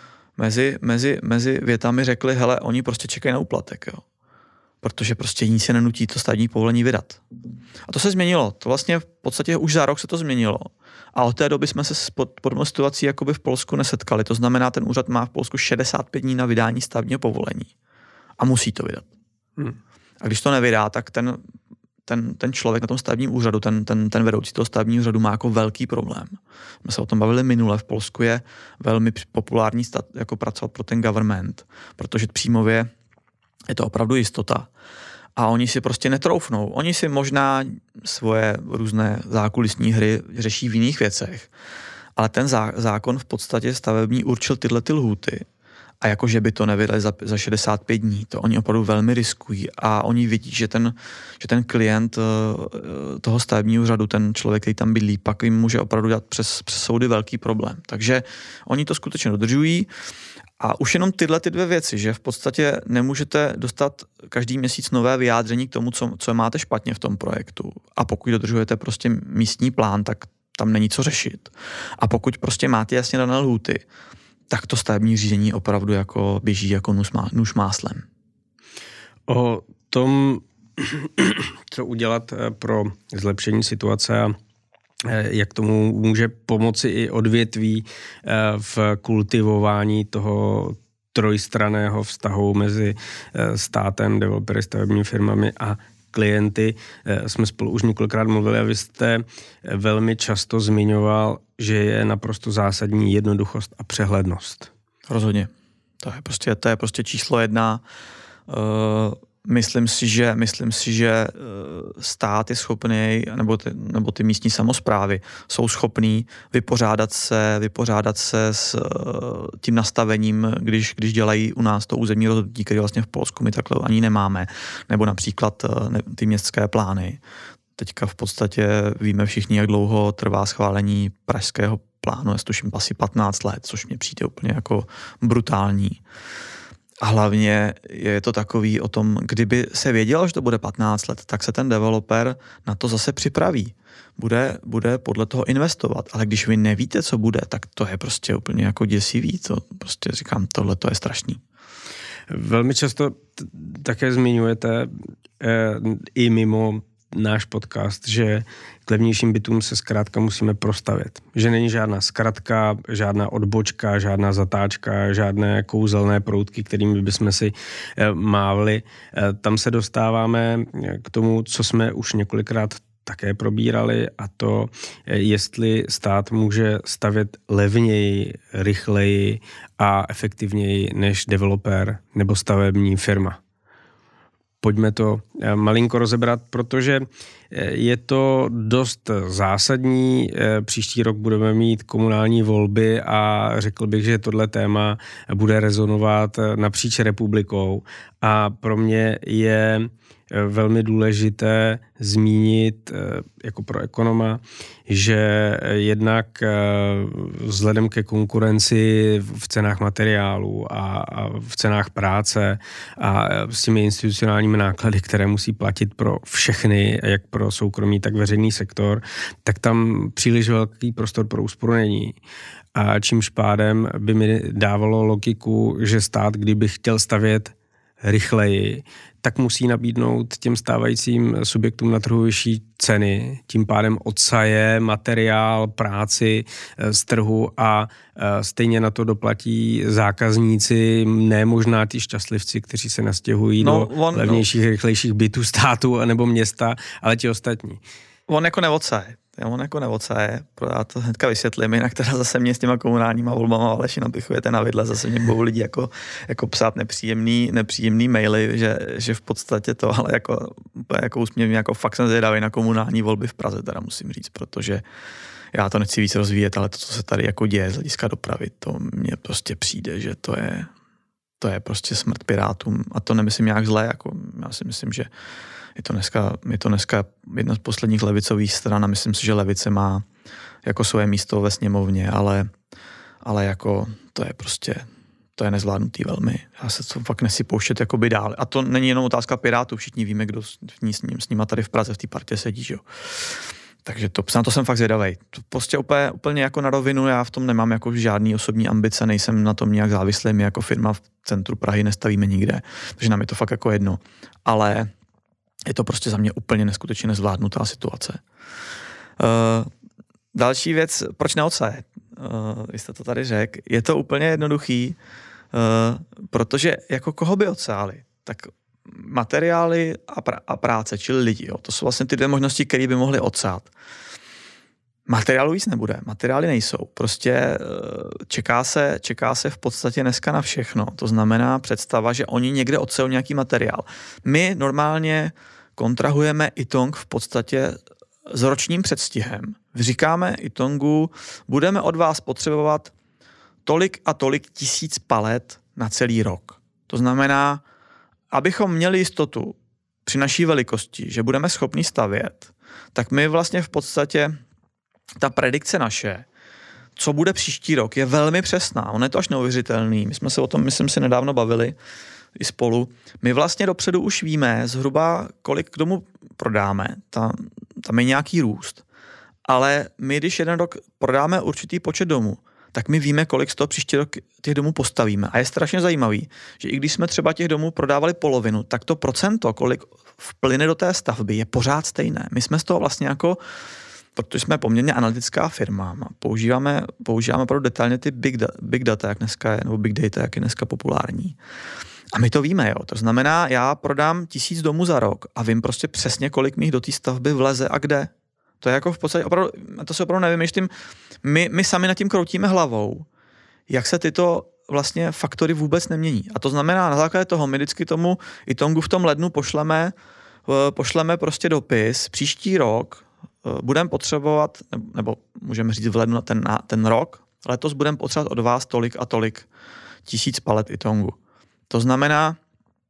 [SPEAKER 2] mezi větami řekli, hele, oni prostě čekají na úplatek, jo. Protože prostě nic se nenutí to stavební povolení vydat. A to se změnilo. To vlastně v podstatě už za rok se to změnilo. A od té doby jsme se s podobnou situací jakoby v Polsku nesetkali. To znamená, ten úřad má v Polsku 65 dní na vydání stavebního povolení. A musí to vydat. A když to nevydá, tak ten člověk na tom stavebním úřadu, ten vedoucí toho stavebního úřadu má jako velký problém. My se o tom bavili minule. V Polsku je velmi populární jako pracovat pro ten government, protože příjmově je to opravdu jistota. A oni si prostě netroufnou. Oni si možná svoje různé zákulisní hry řeší v jiných věcech. Ale ten zákon v podstatě stavební určil tyhle ty lhůty. A jakože by to nevydali za 65 dní, to oni opravdu velmi riskují. A oni vidí, že ten klient toho stavebního úřadu, ten člověk, který tam bydlí, pak jim může opravdu dát přes soudy velký problém. Takže oni to skutečně dodržují. A už jenom tyhle ty dvě věci, že v podstatě nemůžete dostat každý měsíc nové vyjádření k tomu, co máte špatně v tom projektu. A pokud dodržujete prostě místní plán, tak tam není co řešit. A pokud prostě máte jasně dané lhůty, tak to stavební řízení opravdu jako běží jako nůž máslem.
[SPEAKER 1] O tom, co udělat pro zlepšení situace a jak tomu může pomoci i odvětví v kultivování toho trojstranného vztahu mezi státem, developery, stavebními firmami a klienty, jsme spolu už několikrát mluvili a vy jste velmi často zmiňoval, že je naprosto zásadní jednoduchost a přehlednost.
[SPEAKER 2] Rozhodně. To je prostě číslo 1. Myslím si, že stát je schopný, nebo ty místní samosprávy jsou schopný vypořádat se s tím nastavením, když dělají u nás to územní rozhodnutí, které vlastně v Polsku my takhle ani nemáme, nebo například ty městské plány. Teďka v podstatě víme všichni, jak dlouho trvá schválení pražského plánu, já tuším asi 15 let, což mně přijde úplně jako brutální. A hlavně je to takový o tom, kdyby se vědělo, že to bude 15 let, tak se ten developer na to zase připraví. Bude podle toho investovat, ale když vy nevíte, co bude, tak to je prostě úplně jako děsivý. To prostě říkám, tohle to je strašný.
[SPEAKER 1] Velmi často také zmiňujete i mimo náš podcast, že k levnějším bytům se zkrátka musíme prostavět. Že není žádná zkratka, žádná odbočka, žádná zatáčka, žádné kouzelné proutky, kterými bychom si mávli. Tam se dostáváme k tomu, co jsme už několikrát také probírali, a to, jestli stát může stavět levněji, rychleji a efektivněji než developer nebo stavební firma. Pojďme to malinko rozebrat, protože je to dost zásadní. Příští rok budeme mít komunální volby a řekl bych, že tohle téma bude rezonovat napříč republikou. A pro mě je velmi důležité zmínit jako pro ekonoma, že jednak vzhledem ke konkurenci v cenách materiálů a v cenách práce a s těmi institucionálními náklady, které musí platit pro všechny, jak pro soukromý, tak veřejný sektor, tak tam příliš velký prostor pro úsporu není. A čímž pádem by mi dávalo logiku, že stát, kdyby chtěl stavět rychleji, tak musí nabídnout těm stávajícím subjektům na trhu vyšší ceny, tím pádem odsaje materiál, práci z trhu a stejně na to doplatí zákazníci, ne možná ty šťastlivci, kteří se nastěhují do levnějších, rychlejších bytů státu nebo města, ale ti ostatní.
[SPEAKER 2] On jako neodsaje, já to hnedka vysvětlím, jinak teda zase mě s těma komunálníma volbama Aleši napichujete na vidle, zase mě budou lidi jako psát nepříjemný maily, že v podstatě to, ale jako úsměvně, jako fakt jsem zvědavý na komunální volby v Praze, teda musím říct, protože já to nechci víc rozvíjet, ale to, co se tady jako děje z hlediska dopravy, to mně prostě přijde, že to je prostě smrt Pirátům, a to nemyslím nějak zle, jako já si myslím, že je to dneska jedna z posledních levicových stran a myslím si, že levice má jako svoje místo ve sněmovně, ale jako to je nezvládnutý velmi. Já se to fakt nechci pouštět jakoby dál. A to není jenom otázka Pirátů, všichni víme, kdo s nima tady v Praze v té partě sedí, že jo. Takže na to jsem fakt zvědavej. To prostě úplně jako na rovinu, já v tom nemám jako žádný osobní ambice, nejsem na tom nějak závislý, my jako firma v centru Prahy nestavíme nikde, takže nám je to fakt jako jedno. Ale je to prostě za mě úplně neskutečně nezvládnutá situace. Další věc, proč neodsaje? Vy jste to tady řekl. Je to úplně jednoduchý, protože jako koho by odsáli? Tak materiály a práce, čili lidi. Jo. To jsou vlastně ty dvě možnosti, které by mohly odsát. Materiálu víc nebude, materiály nejsou. Prostě čeká se v podstatě dneska na všechno. To znamená představa, že oni někde odsejou nějaký materiál. My normálně kontrahujeme Ytong v podstatě s ročním předstihem. Říkáme Ytongu, budeme od vás potřebovat tolik a tolik tisíc palet na celý rok. To znamená, abychom měli jistotu při naší velikosti, že budeme schopni stavět, tak my vlastně v podstatě ta predikce naše, co bude příští rok, je velmi přesná. On je to až neuvěřitelný. My jsme se o tom, myslím si, nedávno bavili i spolu. My vlastně dopředu už víme zhruba, kolik k domu prodáme. Tam je nějaký růst. Ale my, když jeden rok prodáme určitý počet domů, tak my víme, kolik z toho příští rok těch domů postavíme. A je strašně zajímavý, že i když jsme třeba těch domů prodávali polovinu, tak to procento, kolik vplyne do té stavby, je pořád stejné. My jsme z toho vlastně jako, protože jsme poměrně analytická firma, používáme opravdu detailně ty big data, jak dneska je, nebo big data, jak je dneska populární. A my to víme, jo. To znamená, já prodám 1000 domů za rok a vím prostě přesně, kolik mých do té stavby vleze a kde. To je jako v podstatě opravdu, to se opravdu nevymýšlím. My sami nad tím kroutíme hlavou, jak se tyto vlastně faktory vůbec nemění. A to znamená, na základě toho my vždycky tomu Ytongu v tom lednu pošleme prostě dopis. Příští rok budeme potřebovat, nebo můžeme říct v lednu ten rok, letos budeme potřebovat od vás tolik a tolik tisíc palet Ytongu. To znamená,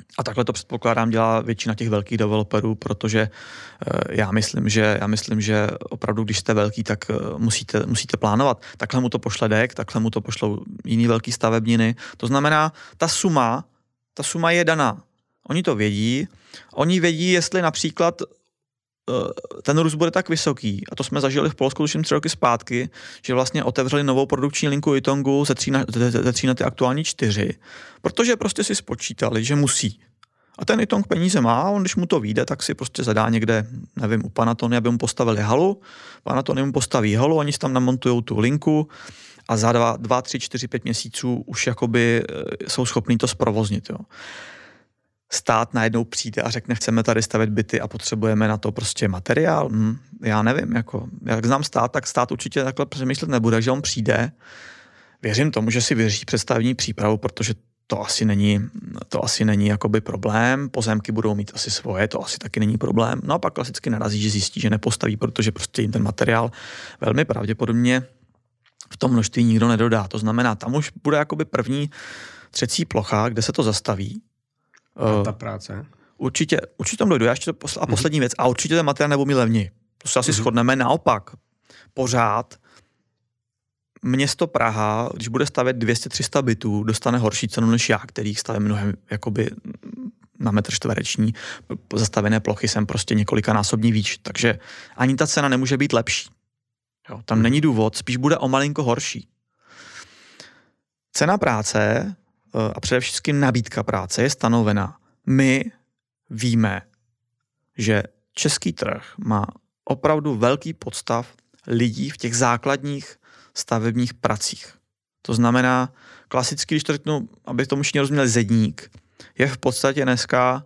[SPEAKER 2] A takhle to předpokládám dělá většina těch velkých developerů, protože já myslím, že opravdu, když jste velký, tak musíte plánovat. Takhle mu to pošle DEK, takhle mu to pošlou jiný velký stavebniny. To znamená, ta suma je daná. Oni to vědí. Oni vědí, jestli například ten růst bude tak vysoký, a to jsme zažili v Polsku tuším 3 roky zpátky, že vlastně otevřeli novou produkční linku Ytongu ze 3 na ty aktuální 4, protože prostě si spočítali, že musí. A ten Ytong peníze má, on když mu to vyjde, tak si prostě zadá někde, nevím, u Panatony, aby mu postavili halu, Panatony mu postaví halu, oni si tam namontujou tu linku a za 2, 3, 4, 5 měsíců už jakoby jsou schopní to zprovoznit, jo. Stát najednou přijde a řekne, chceme tady stavět byty a potřebujeme na to prostě materiál. Já nevím, jak znám stát, tak stát určitě takhle přemýšlet nebude, že on přijde. Věřím tomu, že si vyřeší představní přípravu, protože to asi není jakoby problém. Pozemky budou mít asi svoje, to asi taky není problém. No a pak klasicky narazí, že zjistí, že nepostaví, protože prostě jim ten materiál velmi pravděpodobně v tom množství nikdo nedodá. To znamená, tam už bude jakoby první třecí plocha, kde se to zastaví.
[SPEAKER 1] A ta práce?
[SPEAKER 2] Určitě tam dojdu. A poslední věc. A určitě ten materiál nebude mít levněji. To se asi shodneme. Naopak, pořád město Praha, když bude stavět 200-300 bytů, dostane horší cenu než já, kterých stavím mnohem jakoby na metr čtvereční. Zastavené plochy jsem prostě několikanásobně víc. Takže ani ta cena nemůže být lepší. Jo, tam není důvod, spíš bude o malinko horší. Cena práce a především nabídka práce je stanovena. My víme, že český trh má opravdu velký podstav lidí v těch základních stavebních pracích. To znamená, klasicky, když to řeknu, aby tomu všichni rozuměli, zedník, je v podstatě dneska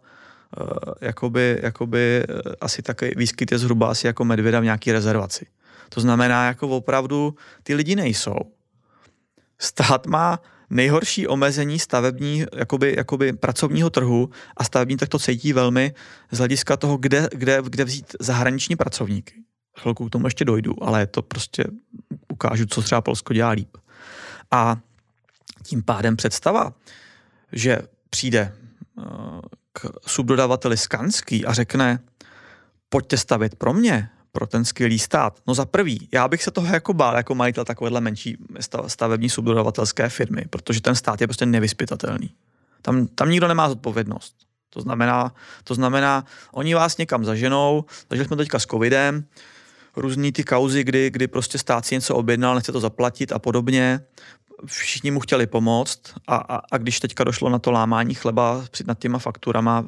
[SPEAKER 2] jakoby asi takový výskyt je zhruba asi jako medvěda v nějaký rezervaci. To znamená, jako opravdu ty lidi nejsou. Stát má nejhorší omezení stavební, jakoby pracovního trhu a stavební trh to cítí velmi z hlediska toho, kde vzít zahraniční pracovníky. Chvilku k tomu ještě dojdu, ale to prostě ukážu, co třeba Polsko dělá líp. A tím pádem představa, že přijde k subdodavateli Skanský a řekne, pojďte stavět pro mě, pro ten skvělý stát. No za prvý, já bych se toho jako bál, jako majitel takovéhle menší stavební subdodavatelské firmy, protože ten stát je prostě nevyzpytatelný. Tam nikdo nemá zodpovědnost. To znamená, oni vás někam zaženou, zažili jsme teďka s covidem, různý ty kauzy, kdy prostě stát si něco objednal, nechce to zaplatit a podobně. Všichni mu chtěli pomoct a když teďka došlo na to lámání chleba nad těma fakturama,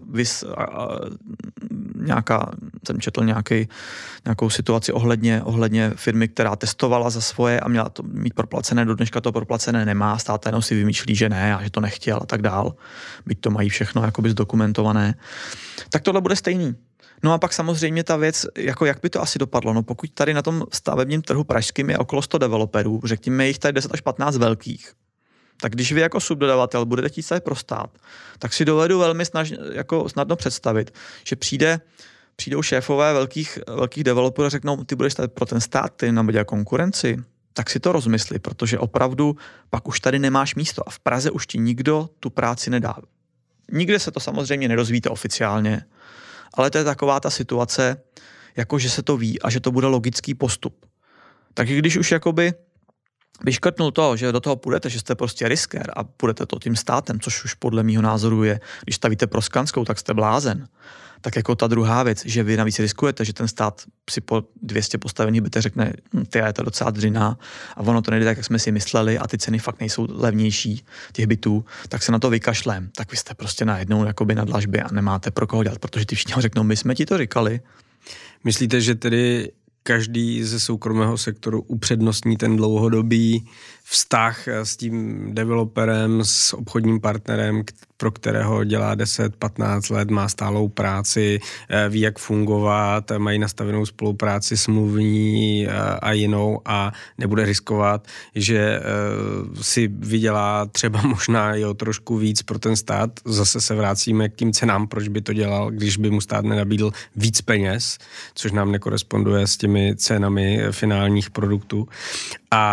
[SPEAKER 2] jsem četl nějakou situaci ohledně firmy, která testovala za svoje a měla to mít proplacené, do dneška to proplacené nemá, stát jenom si vymýšlí, že ne a že to nechtěl a tak dál, byť to mají všechno jakoby zdokumentované. Tak tohle bude stejný. No a pak samozřejmě ta věc, jako jak by to asi dopadlo, no pokud tady na tom stavebním trhu pražským je okolo 100 developerů, řekněme jich tady 10 až 15 velkých, tak když vy jako subdodavatel budete chtít stavit pro stát, tak si dovedu velmi snadno představit, že přijdou šéfové velkých developerů a řeknou, ty budeš stavit pro ten stát, který nám bude konkurenci, tak si to rozmysli, protože opravdu pak už tady nemáš místo a v Praze už ti nikdo tu práci nedá. Nikde se to samozřejmě nedozvíte oficiálně, ale to je taková ta situace, jako že se to ví a že to bude logický postup. Takže když už jakoby vyškrtnul to, že do toho půjdete, že jste prostě riskér a půjdete to tím státem, což už podle mýho názoru je, když stavíte pro Skanskou, tak jste blázen. Tak jako ta druhá věc, že vy navíc riskujete, že ten stát si po 200 postavených bytech řekne, je to docela dřina a ono to nejde tak, jak jsme si mysleli a ty ceny fakt nejsou levnější těch bytů, tak se na to vykašlem. Tak vy jste prostě najednou jakoby na dlažbě a nemáte pro koho dělat, protože ty všichni řeknou, my jsme ti to říkali.
[SPEAKER 1] Myslíte, že tedy každý ze soukromého sektoru upřednostní ten dlouhodobý vztah s tím developerem, s obchodním partnerem, pro kterého dělá 10-15 let, má stálou práci, ví, jak fungovat, mají nastavenou spolupráci smluvní a jinou a nebude riskovat, že si vydělá třeba možná i o trošku víc pro ten stát. Zase se vracíme k tím cenám, proč by to dělal, když by mu stát nenabídl víc peněz, což nám nekoresponduje s těmi cenami finálních produktů. A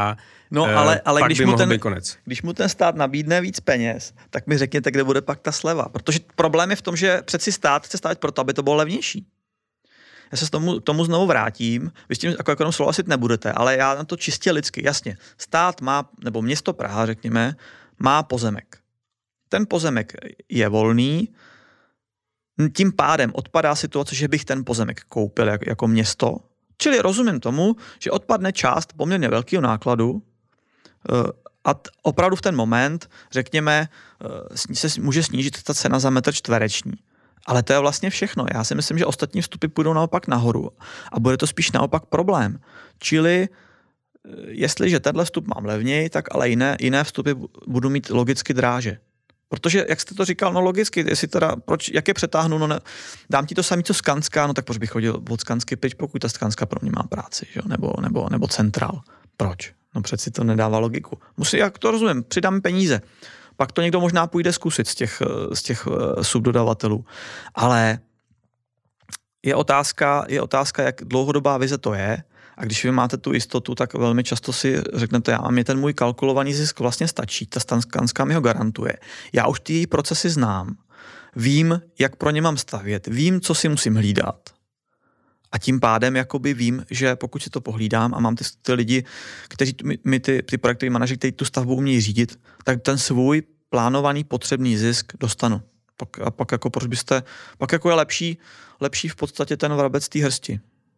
[SPEAKER 2] No, ale
[SPEAKER 1] když
[SPEAKER 2] mu ten stát nabídne víc peněz, tak mi řekněte, kde bude pak ta sleva. Protože problém je v tom, že přeci stát chce stavět proto, aby to bylo levnější. Já se k tomu znovu vrátím. Vy s tím jako ekonom souhlasit nebudete, ale já na to čistě lidsky. Jasně, stát má, nebo město Praha, řekněme, má pozemek. Ten pozemek je volný, tím pádem odpadá situace, že bych ten pozemek koupil jako město. Čili rozumím tomu, že odpadne část poměrně velkého nákladu a opravdu v ten moment, řekněme, se může snížit ta cena za metr čtvereční. Ale to je vlastně všechno. Já si myslím, že ostatní vstupy půjdou naopak nahoru a bude to spíš naopak problém. Čili jestliže tenhle vstup mám levněji, tak ale jiné vstupy budu mít logicky dráže. Protože, jak jste to říkal, no logicky, jestli teda, jak je přetáhnu, no ne, dám ti to samý, co Skanska, no tak proč bych chodil od Skansky pryč, pokud ta Skanska pro mě má práci, že? Nebo Central. Proč? No přeci to nedává logiku. Jak to rozumím, přidám peníze. Pak to někdo možná půjde zkusit z těch subdodavatelů. Ale je otázka, jak dlouhodobá vize to je. A když vy máte tu jistotu, tak velmi často si řeknete, mě ten můj kalkulovaný zisk vlastně stačí, ta Skanska mi ho garantuje. Já už ty její procesy znám, vím, jak pro ně mám stavět, vím, co si musím hlídat. A tím pádem jakoby vím, že pokud si to pohlídám a mám ty lidi, kteří mi ty projektoví manažeři, kteří tu stavbu umějí řídit, tak ten svůj plánovaný potřebný zisk dostanu. Pak jako je lepší v podstatě ten vrabec té hrsti.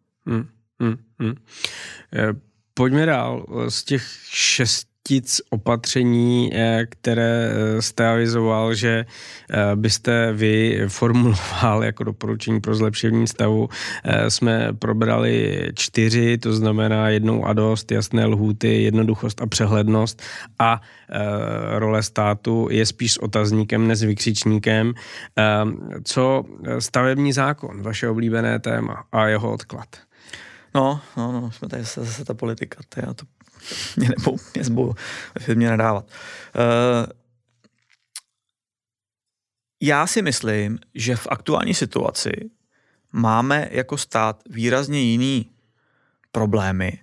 [SPEAKER 1] Pojďme dál. Z těch 6 opatření, které jste avizoval, že byste vy formuloval jako doporučení pro zlepšení stavu, jsme probrali 4, to znamená jednou a dost, jasné lhůty, jednoduchost a přehlednost a role státu je spíš s otazníkem než s vykřičníkem. Co stavební zákon, vaše oblíbené téma a jeho odklad?
[SPEAKER 2] No, jsme tady zase ta politika, to mě nebou ve firmě nadávat. Já si myslím, že v aktuální situaci máme jako stát výrazně jiný problémy,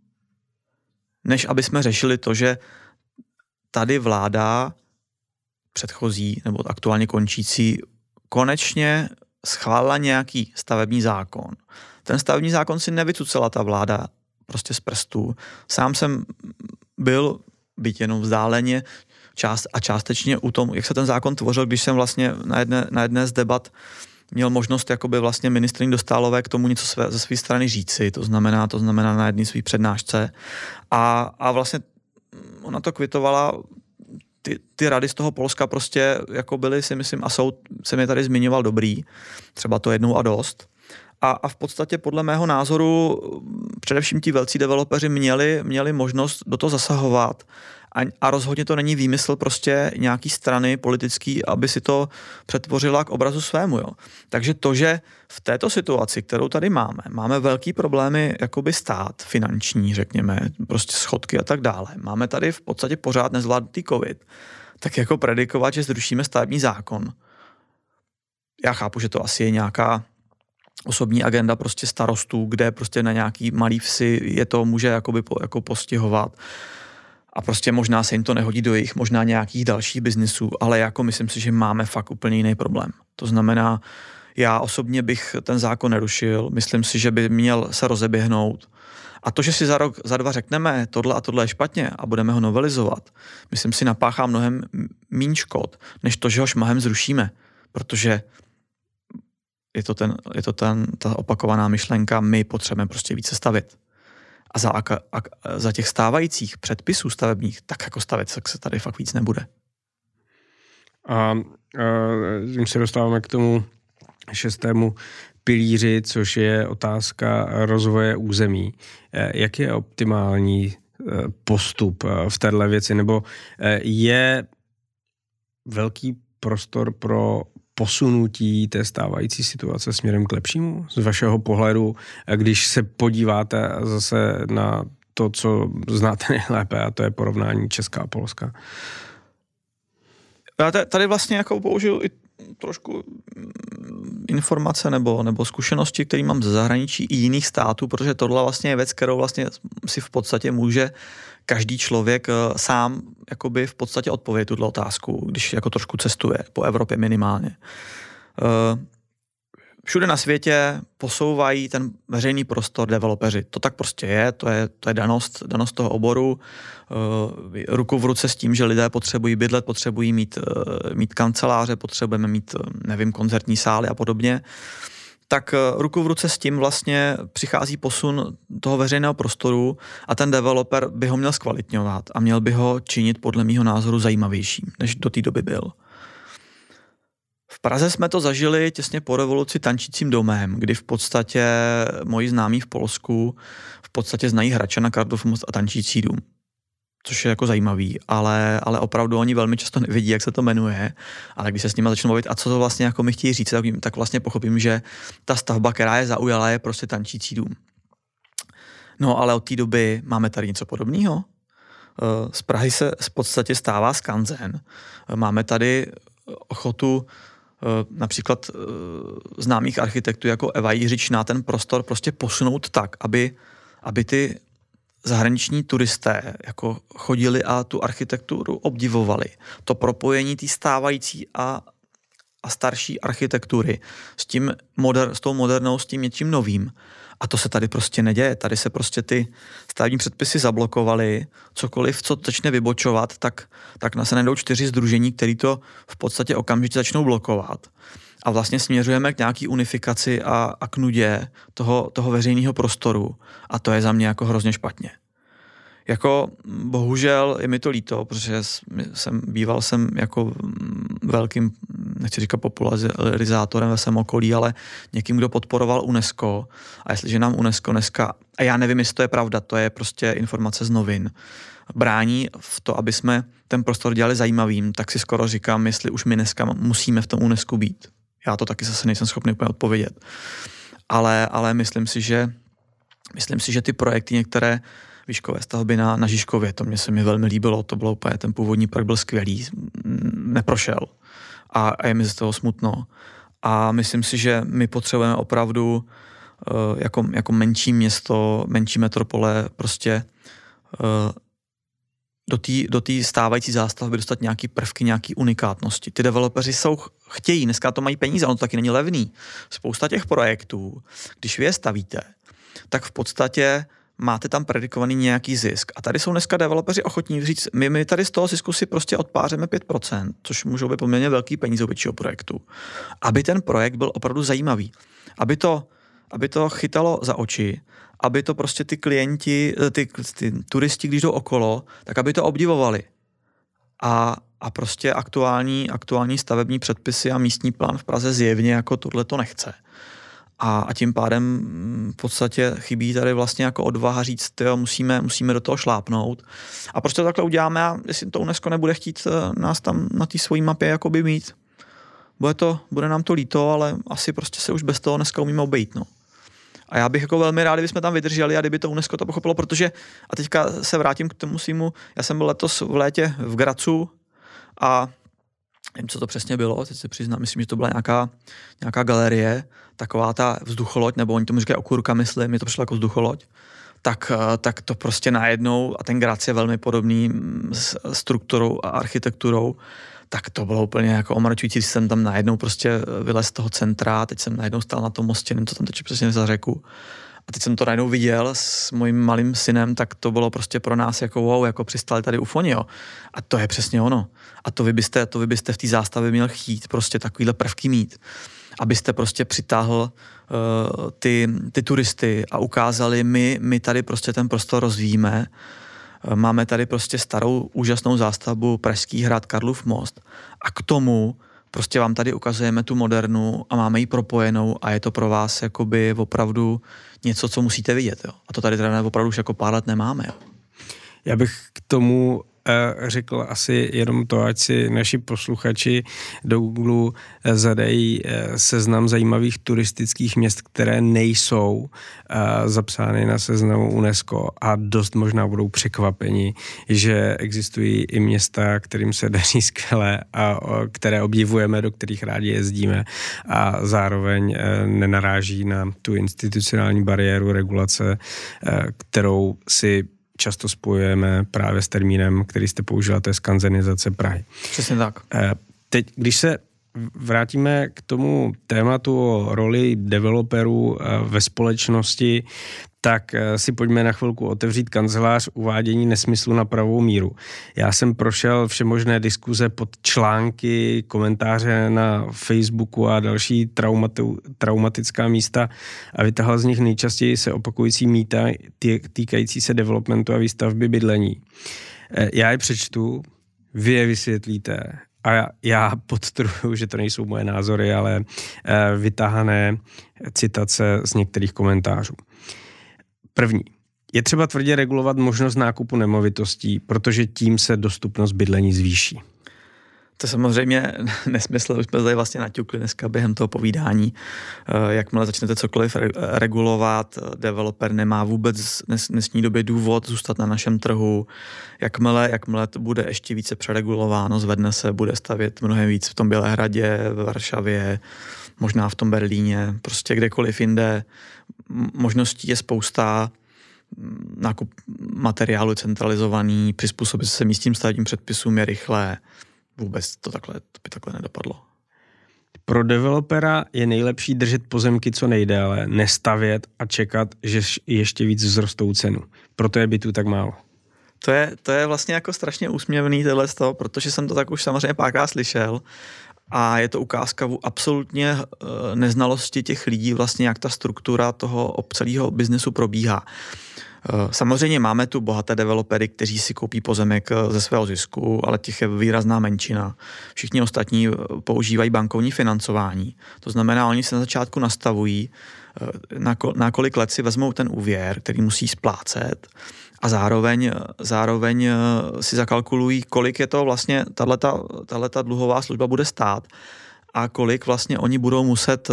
[SPEAKER 2] než aby jsme řešili to, že tady vláda předchozí nebo aktuálně končící konečně schválila nějaký stavební zákon. Ten stavební zákon si nevycucela ta vláda prostě z prstů. Sám jsem byl, byť jenom vzdáleně, částečně u tom, jak se ten zákon tvořil, když jsem vlastně na jedné z debat měl možnost jakoby vlastně ministryni Dostálové k tomu něco ze své strany říci, to znamená na jedné své přednášce. A vlastně ona to kvitovala, ty rady z toho Polska prostě jako byly, si myslím, a jsem je tady zmiňoval dobrý, třeba to jednou a dost. A v podstatě podle mého názoru především ti velcí developeři měli možnost do toho zasahovat a rozhodně to není výmysl prostě nějaký strany politický, aby si to přetvořila k obrazu svému. Jo. Takže to, že v této situaci, kterou tady máme velký problémy jakoby stát, finanční, řekněme, prostě schodky a tak dále. Máme tady v podstatě pořád nezvládnutý covid. Tak jako predikovat, že zrušíme stavební zákon. Já chápu, že to asi je nějaká osobní agenda prostě starostů, kde prostě na nějaký malý vsi je to může jako postihovat. A prostě možná se jim to nehodí do jejich možná nějakých dalších biznisů, ale jako myslím si, že máme fakt úplně jiný problém. To znamená, já osobně bych ten zákon nerušil, myslím si, že by měl se rozeběhnout. A to, že si za rok, za 2 řekneme tohle a tohle je špatně a budeme ho novelizovat, myslím si napáchá mnohem míň škod, než to, že ho šmahem zrušíme, protože je to ta opakovaná myšlenka, my potřebujeme prostě více stavět. A za těch stávajících předpisů stavebních, tak jako stavět se tady fakt víc nebude.
[SPEAKER 1] A tím se dostáváme k tomu 6. pilíři, což je otázka rozvoje území. Jak je optimální postup v této věci? Nebo je velký prostor pro posunutí té stávající situace směrem k lepšímu? Z vašeho pohledu, když se podíváte zase na to, co znáte nejlépe, a to je porovnání Česka a Polska.
[SPEAKER 2] Já tady vlastně jako použiju i trošku informace nebo zkušenosti, které mám ze zahraničí i jiných států, protože tohle vlastně je věc, kterou vlastně si v podstatě může každý člověk sám jakoby v podstatě odpovědět tuto otázku, když jako trošku cestuje po Evropě minimálně. Všude na světě posouvají ten veřejný prostor developeři. To tak prostě je, to je danost toho oboru. Ruku v ruce s tím, že lidé potřebují bydlet, potřebují mít kanceláře, potřebujeme mít, koncertní sály a podobně. Tak ruku v ruce s tím vlastně přichází posun toho veřejného prostoru a ten developer by ho měl zkvalitňovat a měl by ho činit podle mýho názoru zajímavějším, než do té doby byl. V Praze jsme to zažili těsně po revoluci tančícím domem, kdy v podstatě moji známí v Polsku v podstatě znají Hradčana, Karlův most a tančící dům. Což je jako zajímavý, ale opravdu oni velmi často nevidí, jak se to jmenuje, ale když se s nimi začnu bavit, a co to vlastně jako mi chtějí říct, tak vlastně pochopím, že ta stavba, která je zaujala, je prostě tančící dům. No ale od té doby máme tady něco podobného. Z Prahy se v podstatě stává skanzen. Máme tady ochotu například známých architektů jako Eva Jiřičná ten prostor prostě posunout tak, aby ty zahraniční turisté jako chodili a tu architekturu obdivovali. To propojení té stávající a starší architektury s tou modernou, s tím něčím novým. A to se tady prostě neděje. Tady se prostě ty stavební předpisy zablokovaly. Cokoliv, co začne vybočovat, tak se najdou 4 sdružení, které to v podstatě okamžitě začnou blokovat. A vlastně směřujeme k nějaký unifikaci a k nudě toho veřejného prostoru. A to je za mě jako hrozně špatně. Jako bohužel je mi to líto, protože býval jsem jako velkým, nechci říkat popularizátorem ve svém okolí, ale někým, kdo podporoval UNESCO. A jestliže nám UNESCO dneska, a já nevím, jestli to je pravda, to je prostě informace z novin, brání v to, aby jsme ten prostor dělali zajímavým, tak si skoro říkám, jestli už my dneska musíme v tom UNESCO být. Já to taky zase nejsem schopný úplně odpovědět. Ale myslím si, že ty projekty některé výškové stavby na Žižkově, to se mi velmi líbilo, to bylo úplně, ten původní projekt byl skvělý, neprošel a je mi z toho smutno. A myslím si, že my potřebujeme opravdu jako menší město, menší metropole prostě do té stávající zástavby dostat nějaký prvky, nějaký unikátnosti. Ty developeři chtějí, dneska to mají peníze, ono to taky není levný. Spousta těch projektů, když vy je stavíte, tak v podstatě máte tam predikovaný nějaký zisk. A tady jsou dneska developeři ochotní říct, my tady z toho zisku si prostě odpářeme 5%, což můžou být poměrně velký peníze u většího projektu. Aby ten projekt byl opravdu zajímavý. Aby to chytalo za oči, aby to prostě ty klienti, ty turisti, když jdou okolo, tak aby to obdivovali. A prostě aktuální stavební předpisy a místní plán v Praze zjevně jako tohle to nechce. A tím pádem v podstatě chybí tady vlastně jako odvaha říct, jo, musíme do toho šlápnout. A prostě to takhle uděláme a jestli to UNESCO nebude chtít nás tam na té svojí mapě jakoby mít. Bude nám to líto, ale asi prostě se už bez toho dneska umíme obejít. No. A já bych jako velmi rád, kdybychom tam vydrželi a kdyby to UNESCO to pochopilo, protože, a teďka se vrátím k tomu svýmu, já jsem byl letos v létě v Gracu a nevím, co to přesně bylo, teď se přiznám, myslím, že to byla nějaká galerie, taková ta vzducholoď, nebo oni tomu říkají okurka, myslím, mě to přišlo jako vzducholoď, tak to prostě najednou, a ten Graz je velmi podobný s strukturou a architekturou, tak to bylo úplně jako omračující, když jsem tam najednou prostě vylez z toho centra, teď jsem najednou stál na tom mostě, nevím, co tam teče přesně za řeku. A teď jsem to najednou viděl s mojím malým synem, tak to bylo prostě pro nás jako wow, jako přistali tady ufoni, jo. A to je přesně ono. A to vy byste v té zástavě měl chtít, prostě takovýhle prvky mít. Abyste prostě přitáhl ty turisty a ukázali, my tady prostě ten prostor rozvíjíme. Máme tady prostě starou úžasnou zástavbu Pražský hrad, Karlův most. A k tomu prostě vám tady ukazujeme tu modernu a máme ji propojenou a je to pro vás jakoby opravdu něco, co musíte vidět. Jo. A to tady teda opravdu už jako pár let nemáme. Jo.
[SPEAKER 1] Já bych k tomu řekl asi jenom to, ať si naši posluchači do Google zadají seznam zajímavých turistických měst, které nejsou zapsány na seznamu UNESCO a dost možná budou překvapeni, že existují i města, kterým se daří skvěle a které obdivujeme, do kterých rádi jezdíme a zároveň nenaráží na tu institucionální bariéru regulace, kterou si často spojujeme právě s termínem, který jste použila, to je skanzenizace Prahy.
[SPEAKER 2] Přesně tak.
[SPEAKER 1] Teď, když se vrátíme k tomu tématu o roli developerů ve společnosti, tak si pojďme na chvilku otevřít kancelář uvádění nesmyslu na pravou míru. Já jsem prošel všemožné diskuze pod články, komentáře na Facebooku a další traumatická místa a vytáhl z nich nejčastěji se opakující mýta týkající se developmentu a výstavby bydlení. Já je přečtu, vy je vysvětlíte a já podtrhuji, že to nejsou moje názory, ale vytáhané citace z některých komentářů. První. Je třeba tvrdě regulovat možnost nákupu nemovitostí, protože tím se dostupnost bydlení zvýší.
[SPEAKER 2] To je samozřejmě nesmysl, už jsme tady vlastně naťukli dneska během toho povídání. Jakmile začnete cokoliv regulovat, developer nemá vůbec dnesní době důvod zůstat na našem trhu. Jakmile to bude ještě více přeregulováno, zvedne se, bude stavět mnohem víc v tom Bělehradě, v Varšavě, možná v tom Berlíně, prostě kdekoliv jinde. Možností je spousta, nákup materiálu je centralizovaný, přizpůsobit se místním stavebním předpisům je rychlé. Vůbec to by takhle nedopadlo.
[SPEAKER 1] Pro developera je nejlepší držet pozemky co nejdéle, nestavět a čekat, že ještě víc vzrostou cenu. Proto je bytů tak málo.
[SPEAKER 2] To je vlastně jako strašně úsměvný tohle z toho, protože jsem to tak už samozřejmě párkrát slyšel a je to ukázka absolutně neznalosti těch lidí vlastně, jak ta struktura toho celého biznesu probíhá. Samozřejmě máme tu bohaté developery, kteří si koupí pozemek ze svého zisku, ale těch je výrazná menšina. Všichni ostatní používají bankovní financování. To znamená, oni se na začátku nastavují, na kolik let si vezmou ten úvěr, který musí splácet a zároveň si zakalkulují, kolik je to vlastně tahleta dluhová služba bude stát a kolik vlastně oni budou muset,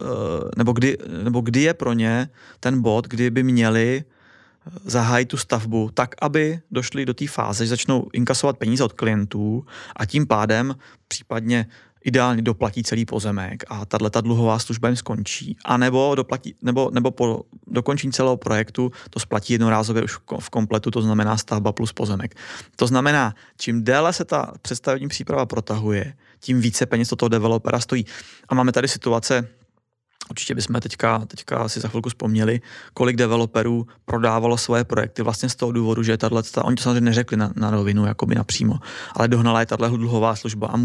[SPEAKER 2] nebo kdy je pro ně ten bod, kdy by měli zahájit tu stavbu tak, aby došli do té fáze, že začnou inkasovat peníze od klientů a tím pádem případně ideálně doplatí celý pozemek a tato dluhová služba jim skončí. A nebo po dokončení celého projektu to splatí jednorázově už v kompletu, to znamená stavba plus pozemek. To znamená, čím déle se ta představební příprava protahuje, tím více peněz to toho developera stojí. A máme tady situace, určitě bychom teďka si za chvilku vzpomněli, kolik developerů prodávalo svoje projekty vlastně z toho důvodu, že oni to samozřejmě neřekli na rovinu, jakoby napřímo, ale dohnala je tato dluhová služba a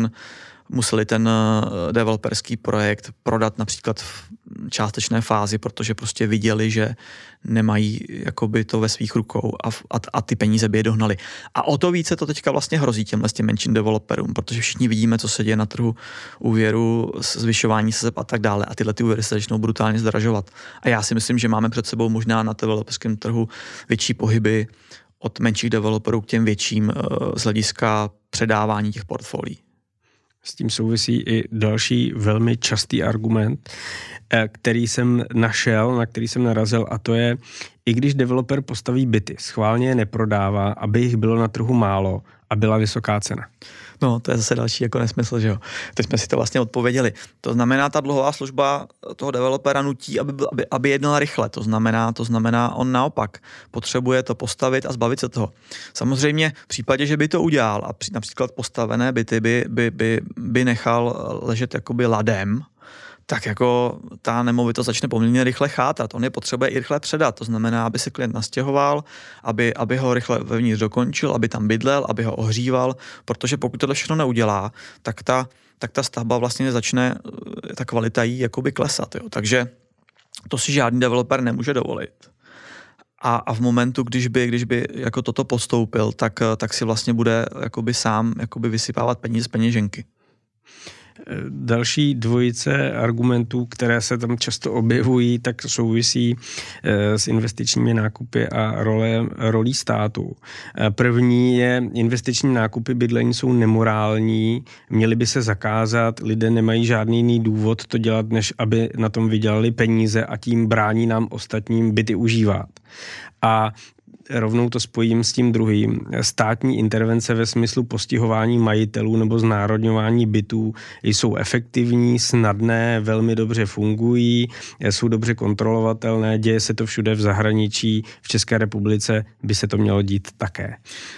[SPEAKER 2] museli ten developerský projekt prodat například v částečné fázi, protože prostě viděli, že nemají jakoby to ve svých rukou a ty peníze by je dohnali. A o to více to teďka vlastně hrozí těm menším developerům, protože všichni vidíme, co se děje na trhu úvěru, zvyšování sazeb a tak dále a tyhle ty úvěry se začnou brutálně zdražovat. A já si myslím, že máme před sebou možná na developerském trhu větší pohyby od menších developerů k těm větším z hlediska předávání těch portfolií.
[SPEAKER 1] S tím souvisí i další velmi častý argument, který jsem našel, na který jsem narazil, a to je, i když developer postaví byty, schválně je neprodává, aby jich bylo na trhu málo a byla vysoká cena.
[SPEAKER 2] No, to je zase další jako nesmysl, že jo. Teď jsme si to vlastně odpověděli. To znamená, ta dluhová služba toho developera nutí, aby jednala rychle. To znamená, on naopak potřebuje to postavit a zbavit se toho. Samozřejmě v případě, že by to udělal a například postavené byty by nechal ležet jakoby ladem, tak jako ta nemovitost začne poměrně rychle chátrat. On je potřebuje i rychle předat. To znamená, aby se klient nastěhoval, aby ho rychle vevnitř dokončil, aby tam bydlel, aby ho ohříval, protože pokud tohle všechno neudělá, tak ta stavba vlastně začne, ta kvalita jí jakoby klesat. Jo. Takže to si žádný developer nemůže dovolit. A v momentu, když by jako toto postoupil, tak si vlastně bude jakoby sám jakoby vysypávat peníze z peněženky.
[SPEAKER 1] Další dvojice argumentů, které se tam často objevují, tak souvisí s investičními nákupy a rolí státu. První je, investiční nákupy bydlení jsou nemorální, měly by se zakázat, lidé nemají žádný jiný důvod to dělat, než aby na tom vydělali peníze a tím brání nám ostatním byty užívat. A rovnou to spojím s tím druhým. Státní intervence ve smyslu postihování majitelů nebo znárodňování bytů jsou efektivní, snadné, velmi dobře fungují, jsou dobře kontrolovatelné, děje se to všude v zahraničí, v České republice by se to mělo dít také.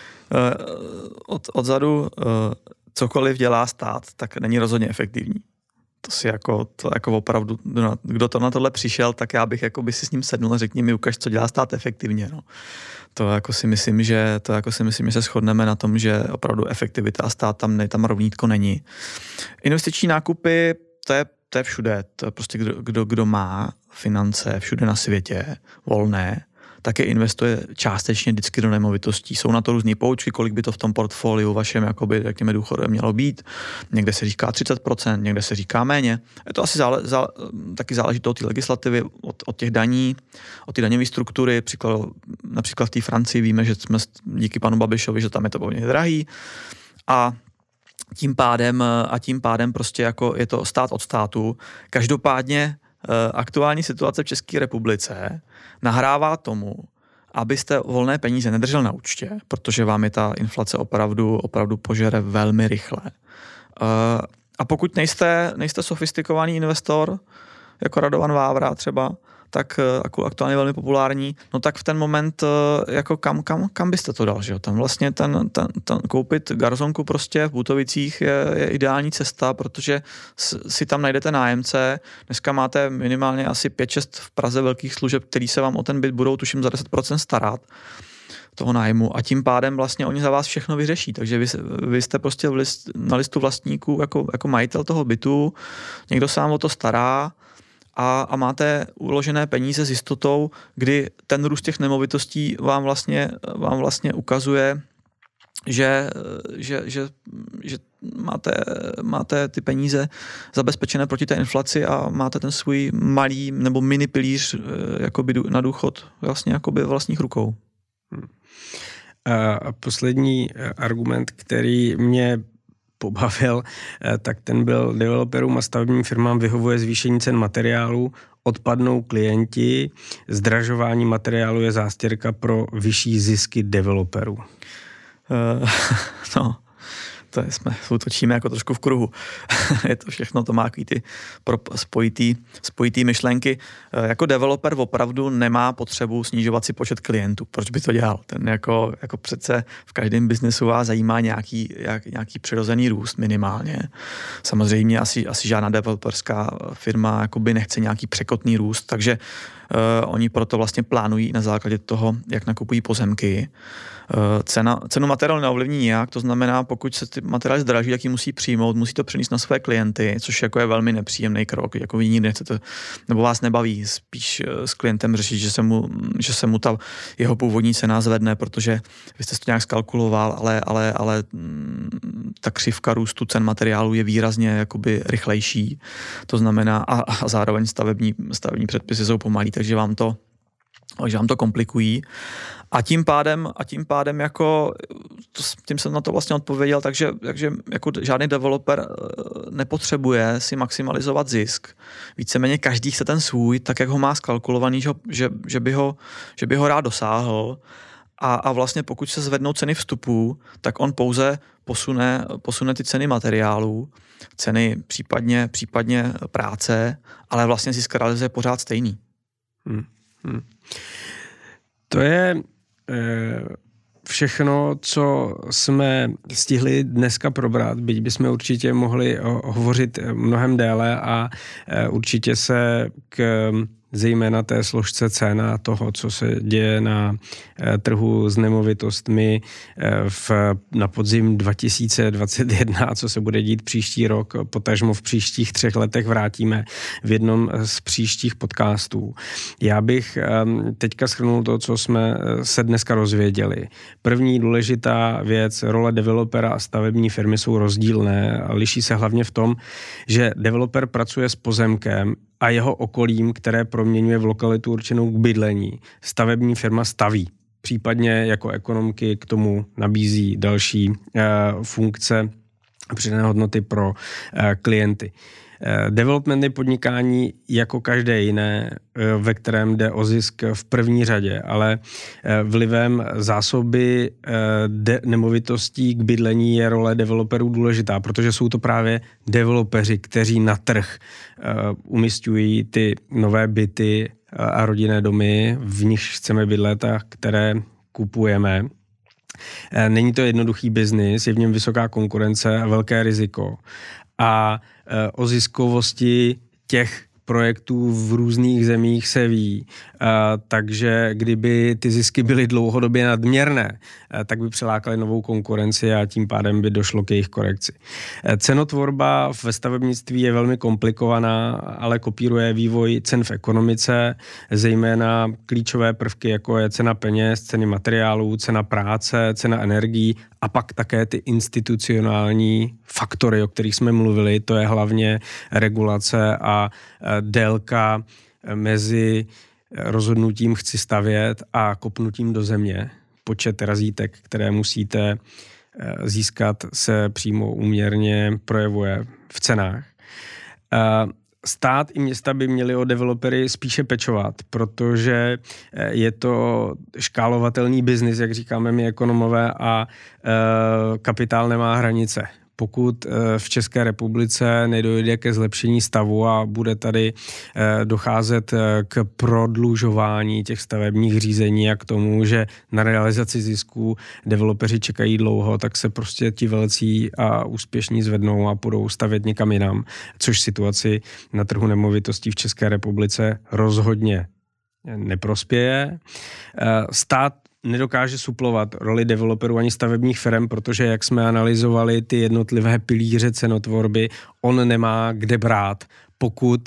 [SPEAKER 2] Odzadu cokoliv dělá stát, tak není rozhodně efektivní. To jako opravdu, kdo to na tohle přišel, tak já bych jako by si s ním sednul a řekni mi, ukaž, co dělá stát efektivně. No. To jako si myslím, že se shodneme na tom, že opravdu efektivita a stát tam rovnítko není. Investiční nákupy, to je všude. To je prostě kdo má finance všude na světě, volné, také investuje částečně vždycky do nemovitostí. Jsou na to různý poučky, kolik by to v tom portfoliu vašem jakoby, jakým důchodem mělo být. Někde se říká 30%, někde se říká méně. Je to asi taky záleží od té legislativy, od těch daní, od té daňové struktury. Například v té Francii víme, že jsme díky panu Babišovi, že tam je to poměrně drahý. A tím pádem prostě jako je to stát od státu. Každopádně aktuální situace v České republice nahrává tomu, abyste volné peníze nedržel na účtě, protože vám je ta inflace opravdu požere velmi rychle. A pokud nejste sofistikovaný investor, jako Radovan Vávra třeba, tak aktuálně velmi populární, no tak v ten moment jako kam byste to dal, že jo? Tam vlastně ten koupit garzonku prostě v Butovicích je ideální cesta, protože si tam najdete nájemce, dneska máte minimálně asi 5-6 v Praze velkých služeb, který se vám o ten byt budou tuším za 10% starat toho nájmu a tím pádem vlastně oni za vás všechno vyřeší, takže vy jste prostě na listu vlastníků jako majitel toho bytu, někdo se vám o to stará, a máte uložené peníze s jistotou, kdy ten růst těch nemovitostí vám vlastně ukazuje, že máte ty peníze zabezpečené proti té inflaci a máte ten svůj malý nebo mini pilíř jakoby na důchod vlastně jakoby vlastních rukou.
[SPEAKER 1] A poslední argument, který mě pobavil, tak ten byl: developerům a stavebním firmám vyhovuje zvýšení cen materiálů, odpadnou klienti, zdražování materiálu je zástěrka pro vyšší zisky developerů.
[SPEAKER 2] No, to jsme točíme jako trošku v kruhu. Je to všechno, to má ty spojitý myšlenky. Jako developer opravdu nemá potřebu snižovat si počet klientů. Proč by to dělal? Ten jako přece v každém biznesu vás zajímá nějaký přirozený růst minimálně. Samozřejmě asi žádná developerská firma jakoby nechce nějaký překotný růst, takže oni proto vlastně plánují na základě toho, jak nakupují pozemky. Cenu materiálu neovlivní nijak, to znamená, pokud se ty materiály zdraží, tak ji musí přijmout, musí to přenést na své klienty, což jako je velmi nepříjemný krok. Jako vy nikdy nechcete, nebo vás nebaví spíš s klientem řešit, že se mu ta jeho původní cena zvedne, protože vy jste to nějak zkalkuloval, ale ta křivka růstu cen materiálu je výrazně jakoby rychlejší. To znamená, a zároveň stavební předpisy jsou pomalý, takže vám to komplikují. A tím pádem jako, tím jsem na to vlastně odpověděl, takže jako žádný developer nepotřebuje si maximalizovat zisk. Víceméně každý chce ten svůj, tak jak ho má skalkulovaný, že by ho rád dosáhl. A vlastně pokud se zvednou ceny vstupů, tak on pouze posune ty ceny materiálů, ceny případně práce, ale vlastně zisk realizuje pořád stejný.
[SPEAKER 1] To je všechno, co jsme stihli dneska probrat, byť bychom určitě mohli hovořit mnohem déle a určitě se k zejména té složce cen a toho, co se děje na trhu s nemovitostmi na podzim 2021, co se bude dít příští rok, potažmo v příštích 3 letech vrátíme v jednom z příštích podcastů. Já bych teďka shrnul to, co jsme se dneska rozvěděli. První důležitá věc, role developera a stavební firmy jsou rozdílné a liší se hlavně v tom, že developer pracuje s pozemkem a jeho okolím, které proměňuje v lokalitu určenou k bydlení. Stavební firma staví. Případně jako ekonomky k tomu nabízí další funkce přidané hodnoty pro klienty. Development je podnikání jako každé jiné, ve kterém jde o zisk v první řadě, ale vlivem zásoby nemovitostí k bydlení je role developerů důležitá, protože jsou to právě developeři, kteří na trh umisťují ty nové byty a rodinné domy, v nich chceme bydlet a které kupujeme. Není to jednoduchý biznis, je v něm vysoká konkurence a velké riziko. A o ziskovosti těch projektů v různých zemích se ví, takže kdyby ty zisky byly dlouhodobě nadměrné, tak by přilákaly novou konkurenci a tím pádem by došlo k jejich korekci. Cenotvorba ve stavebnictví je velmi komplikovaná, ale kopíruje vývoj cen v ekonomice, zejména klíčové prvky, jako je cena peněz, ceny materiálů, cena práce, cena energií a pak také ty institucionální faktory, o kterých jsme mluvili, to je hlavně regulace a délka mezi rozhodnutím chci stavět a kopnutím do země. Počet razítek, které musíte získat, se přímo úměrně projevuje v cenách. Stát i města by měly o developery spíše pečovat, protože je to škálovatelný biznis, jak říkáme my ekonomové, a kapitál nemá hranice. Pokud v České republice nedojde ke zlepšení stavu a bude tady docházet k prodlužování těch stavebních řízení a k tomu, že na realizaci zisků developeři čekají dlouho, tak se prostě ti velcí a úspěšní zvednou a půjdou stavět někam jinam, což situaci na trhu nemovitostí v České republice rozhodně neprospěje. Stát nedokáže suplovat roli developerů ani stavebních firm, protože jak jsme analyzovali ty jednotlivé pilíře cenotvorby, on nemá kde brát, pokud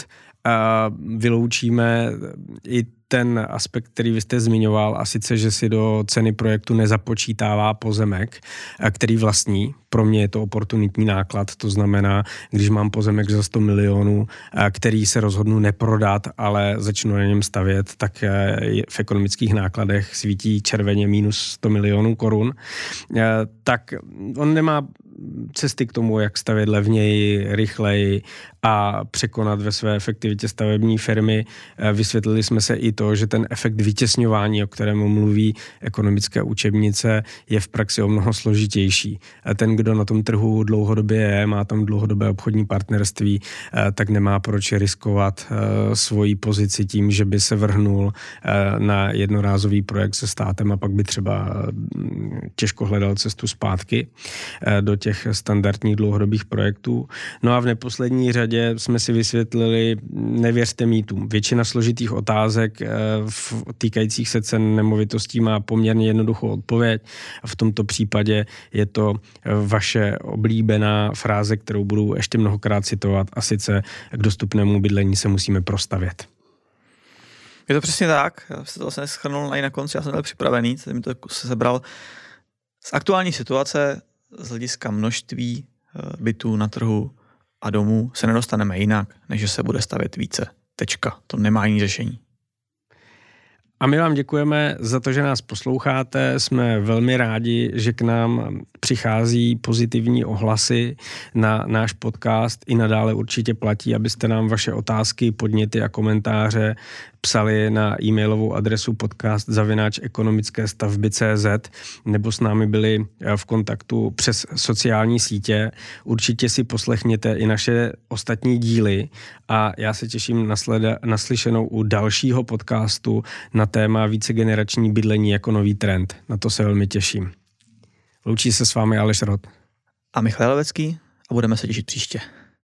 [SPEAKER 1] vyloučíme i ten aspekt, který vy jste zmiňoval, a sice, že si do ceny projektu nezapočítává pozemek, který vlastní. Pro mě je to oportunitní náklad, to znamená, když mám pozemek za 100 milionů, který se rozhodnu neprodat, ale začnu na něm stavět, tak v ekonomických nákladech svítí červeně minus 100 milionů korun, tak on nemá cesty k tomu, jak stavět levněji, rychleji a překonat ve své efektivitě stavební firmy. Vysvětlili jsme se i to, že ten efekt vytěsňování, o kterém mluví ekonomické učebnice, je v praxi o mnoho složitější. Ten, kdo na tom trhu dlouhodobě je, má tam dlouhodobé obchodní partnerství, tak nemá proč riskovat svoji pozici tím, že by se vrhnul na jednorázový projekt se státem a pak by třeba těžko hledal cestu zpátky do těch standardních dlouhodobých projektů. No a v neposlední řadě jsme si vysvětlili, nevěřte mýtům. Většina složitých otázek týkajících se cen nemovitostí má poměrně jednoduchou odpověď. V tomto případě je to vaše oblíbená fráze, kterou budu ještě mnohokrát citovat, a sice k dostupnému bydlení se musíme prostavět.
[SPEAKER 2] Je to přesně tak. Já jste to vlastně shrnul na konci, já jsem byl připravený, jsem mi to sebral z aktuální situace, z hlediska množství bytů na trhu a domů se nedostaneme jinak, než že se bude stavět více. Tečka. To nemá jiný řešení.
[SPEAKER 1] A my vám děkujeme za to, že nás posloucháte. Jsme velmi rádi, že k nám přichází pozitivní ohlasy na náš podcast. I nadále určitě platí, abyste nám vaše otázky, podněty a komentáře psali na e-mailovou adresu podcast@ekonomickéstavby.cz nebo s námi byli v kontaktu přes sociální sítě. Určitě si poslechněte i naše ostatní díly a já se těším na slyšenou u dalšího podcastu na téma vícegenerační bydlení jako nový trend. Na to se velmi těším. Loučí se s vámi Aleš Rod
[SPEAKER 2] a Michal Levecký a budeme se těšit příště.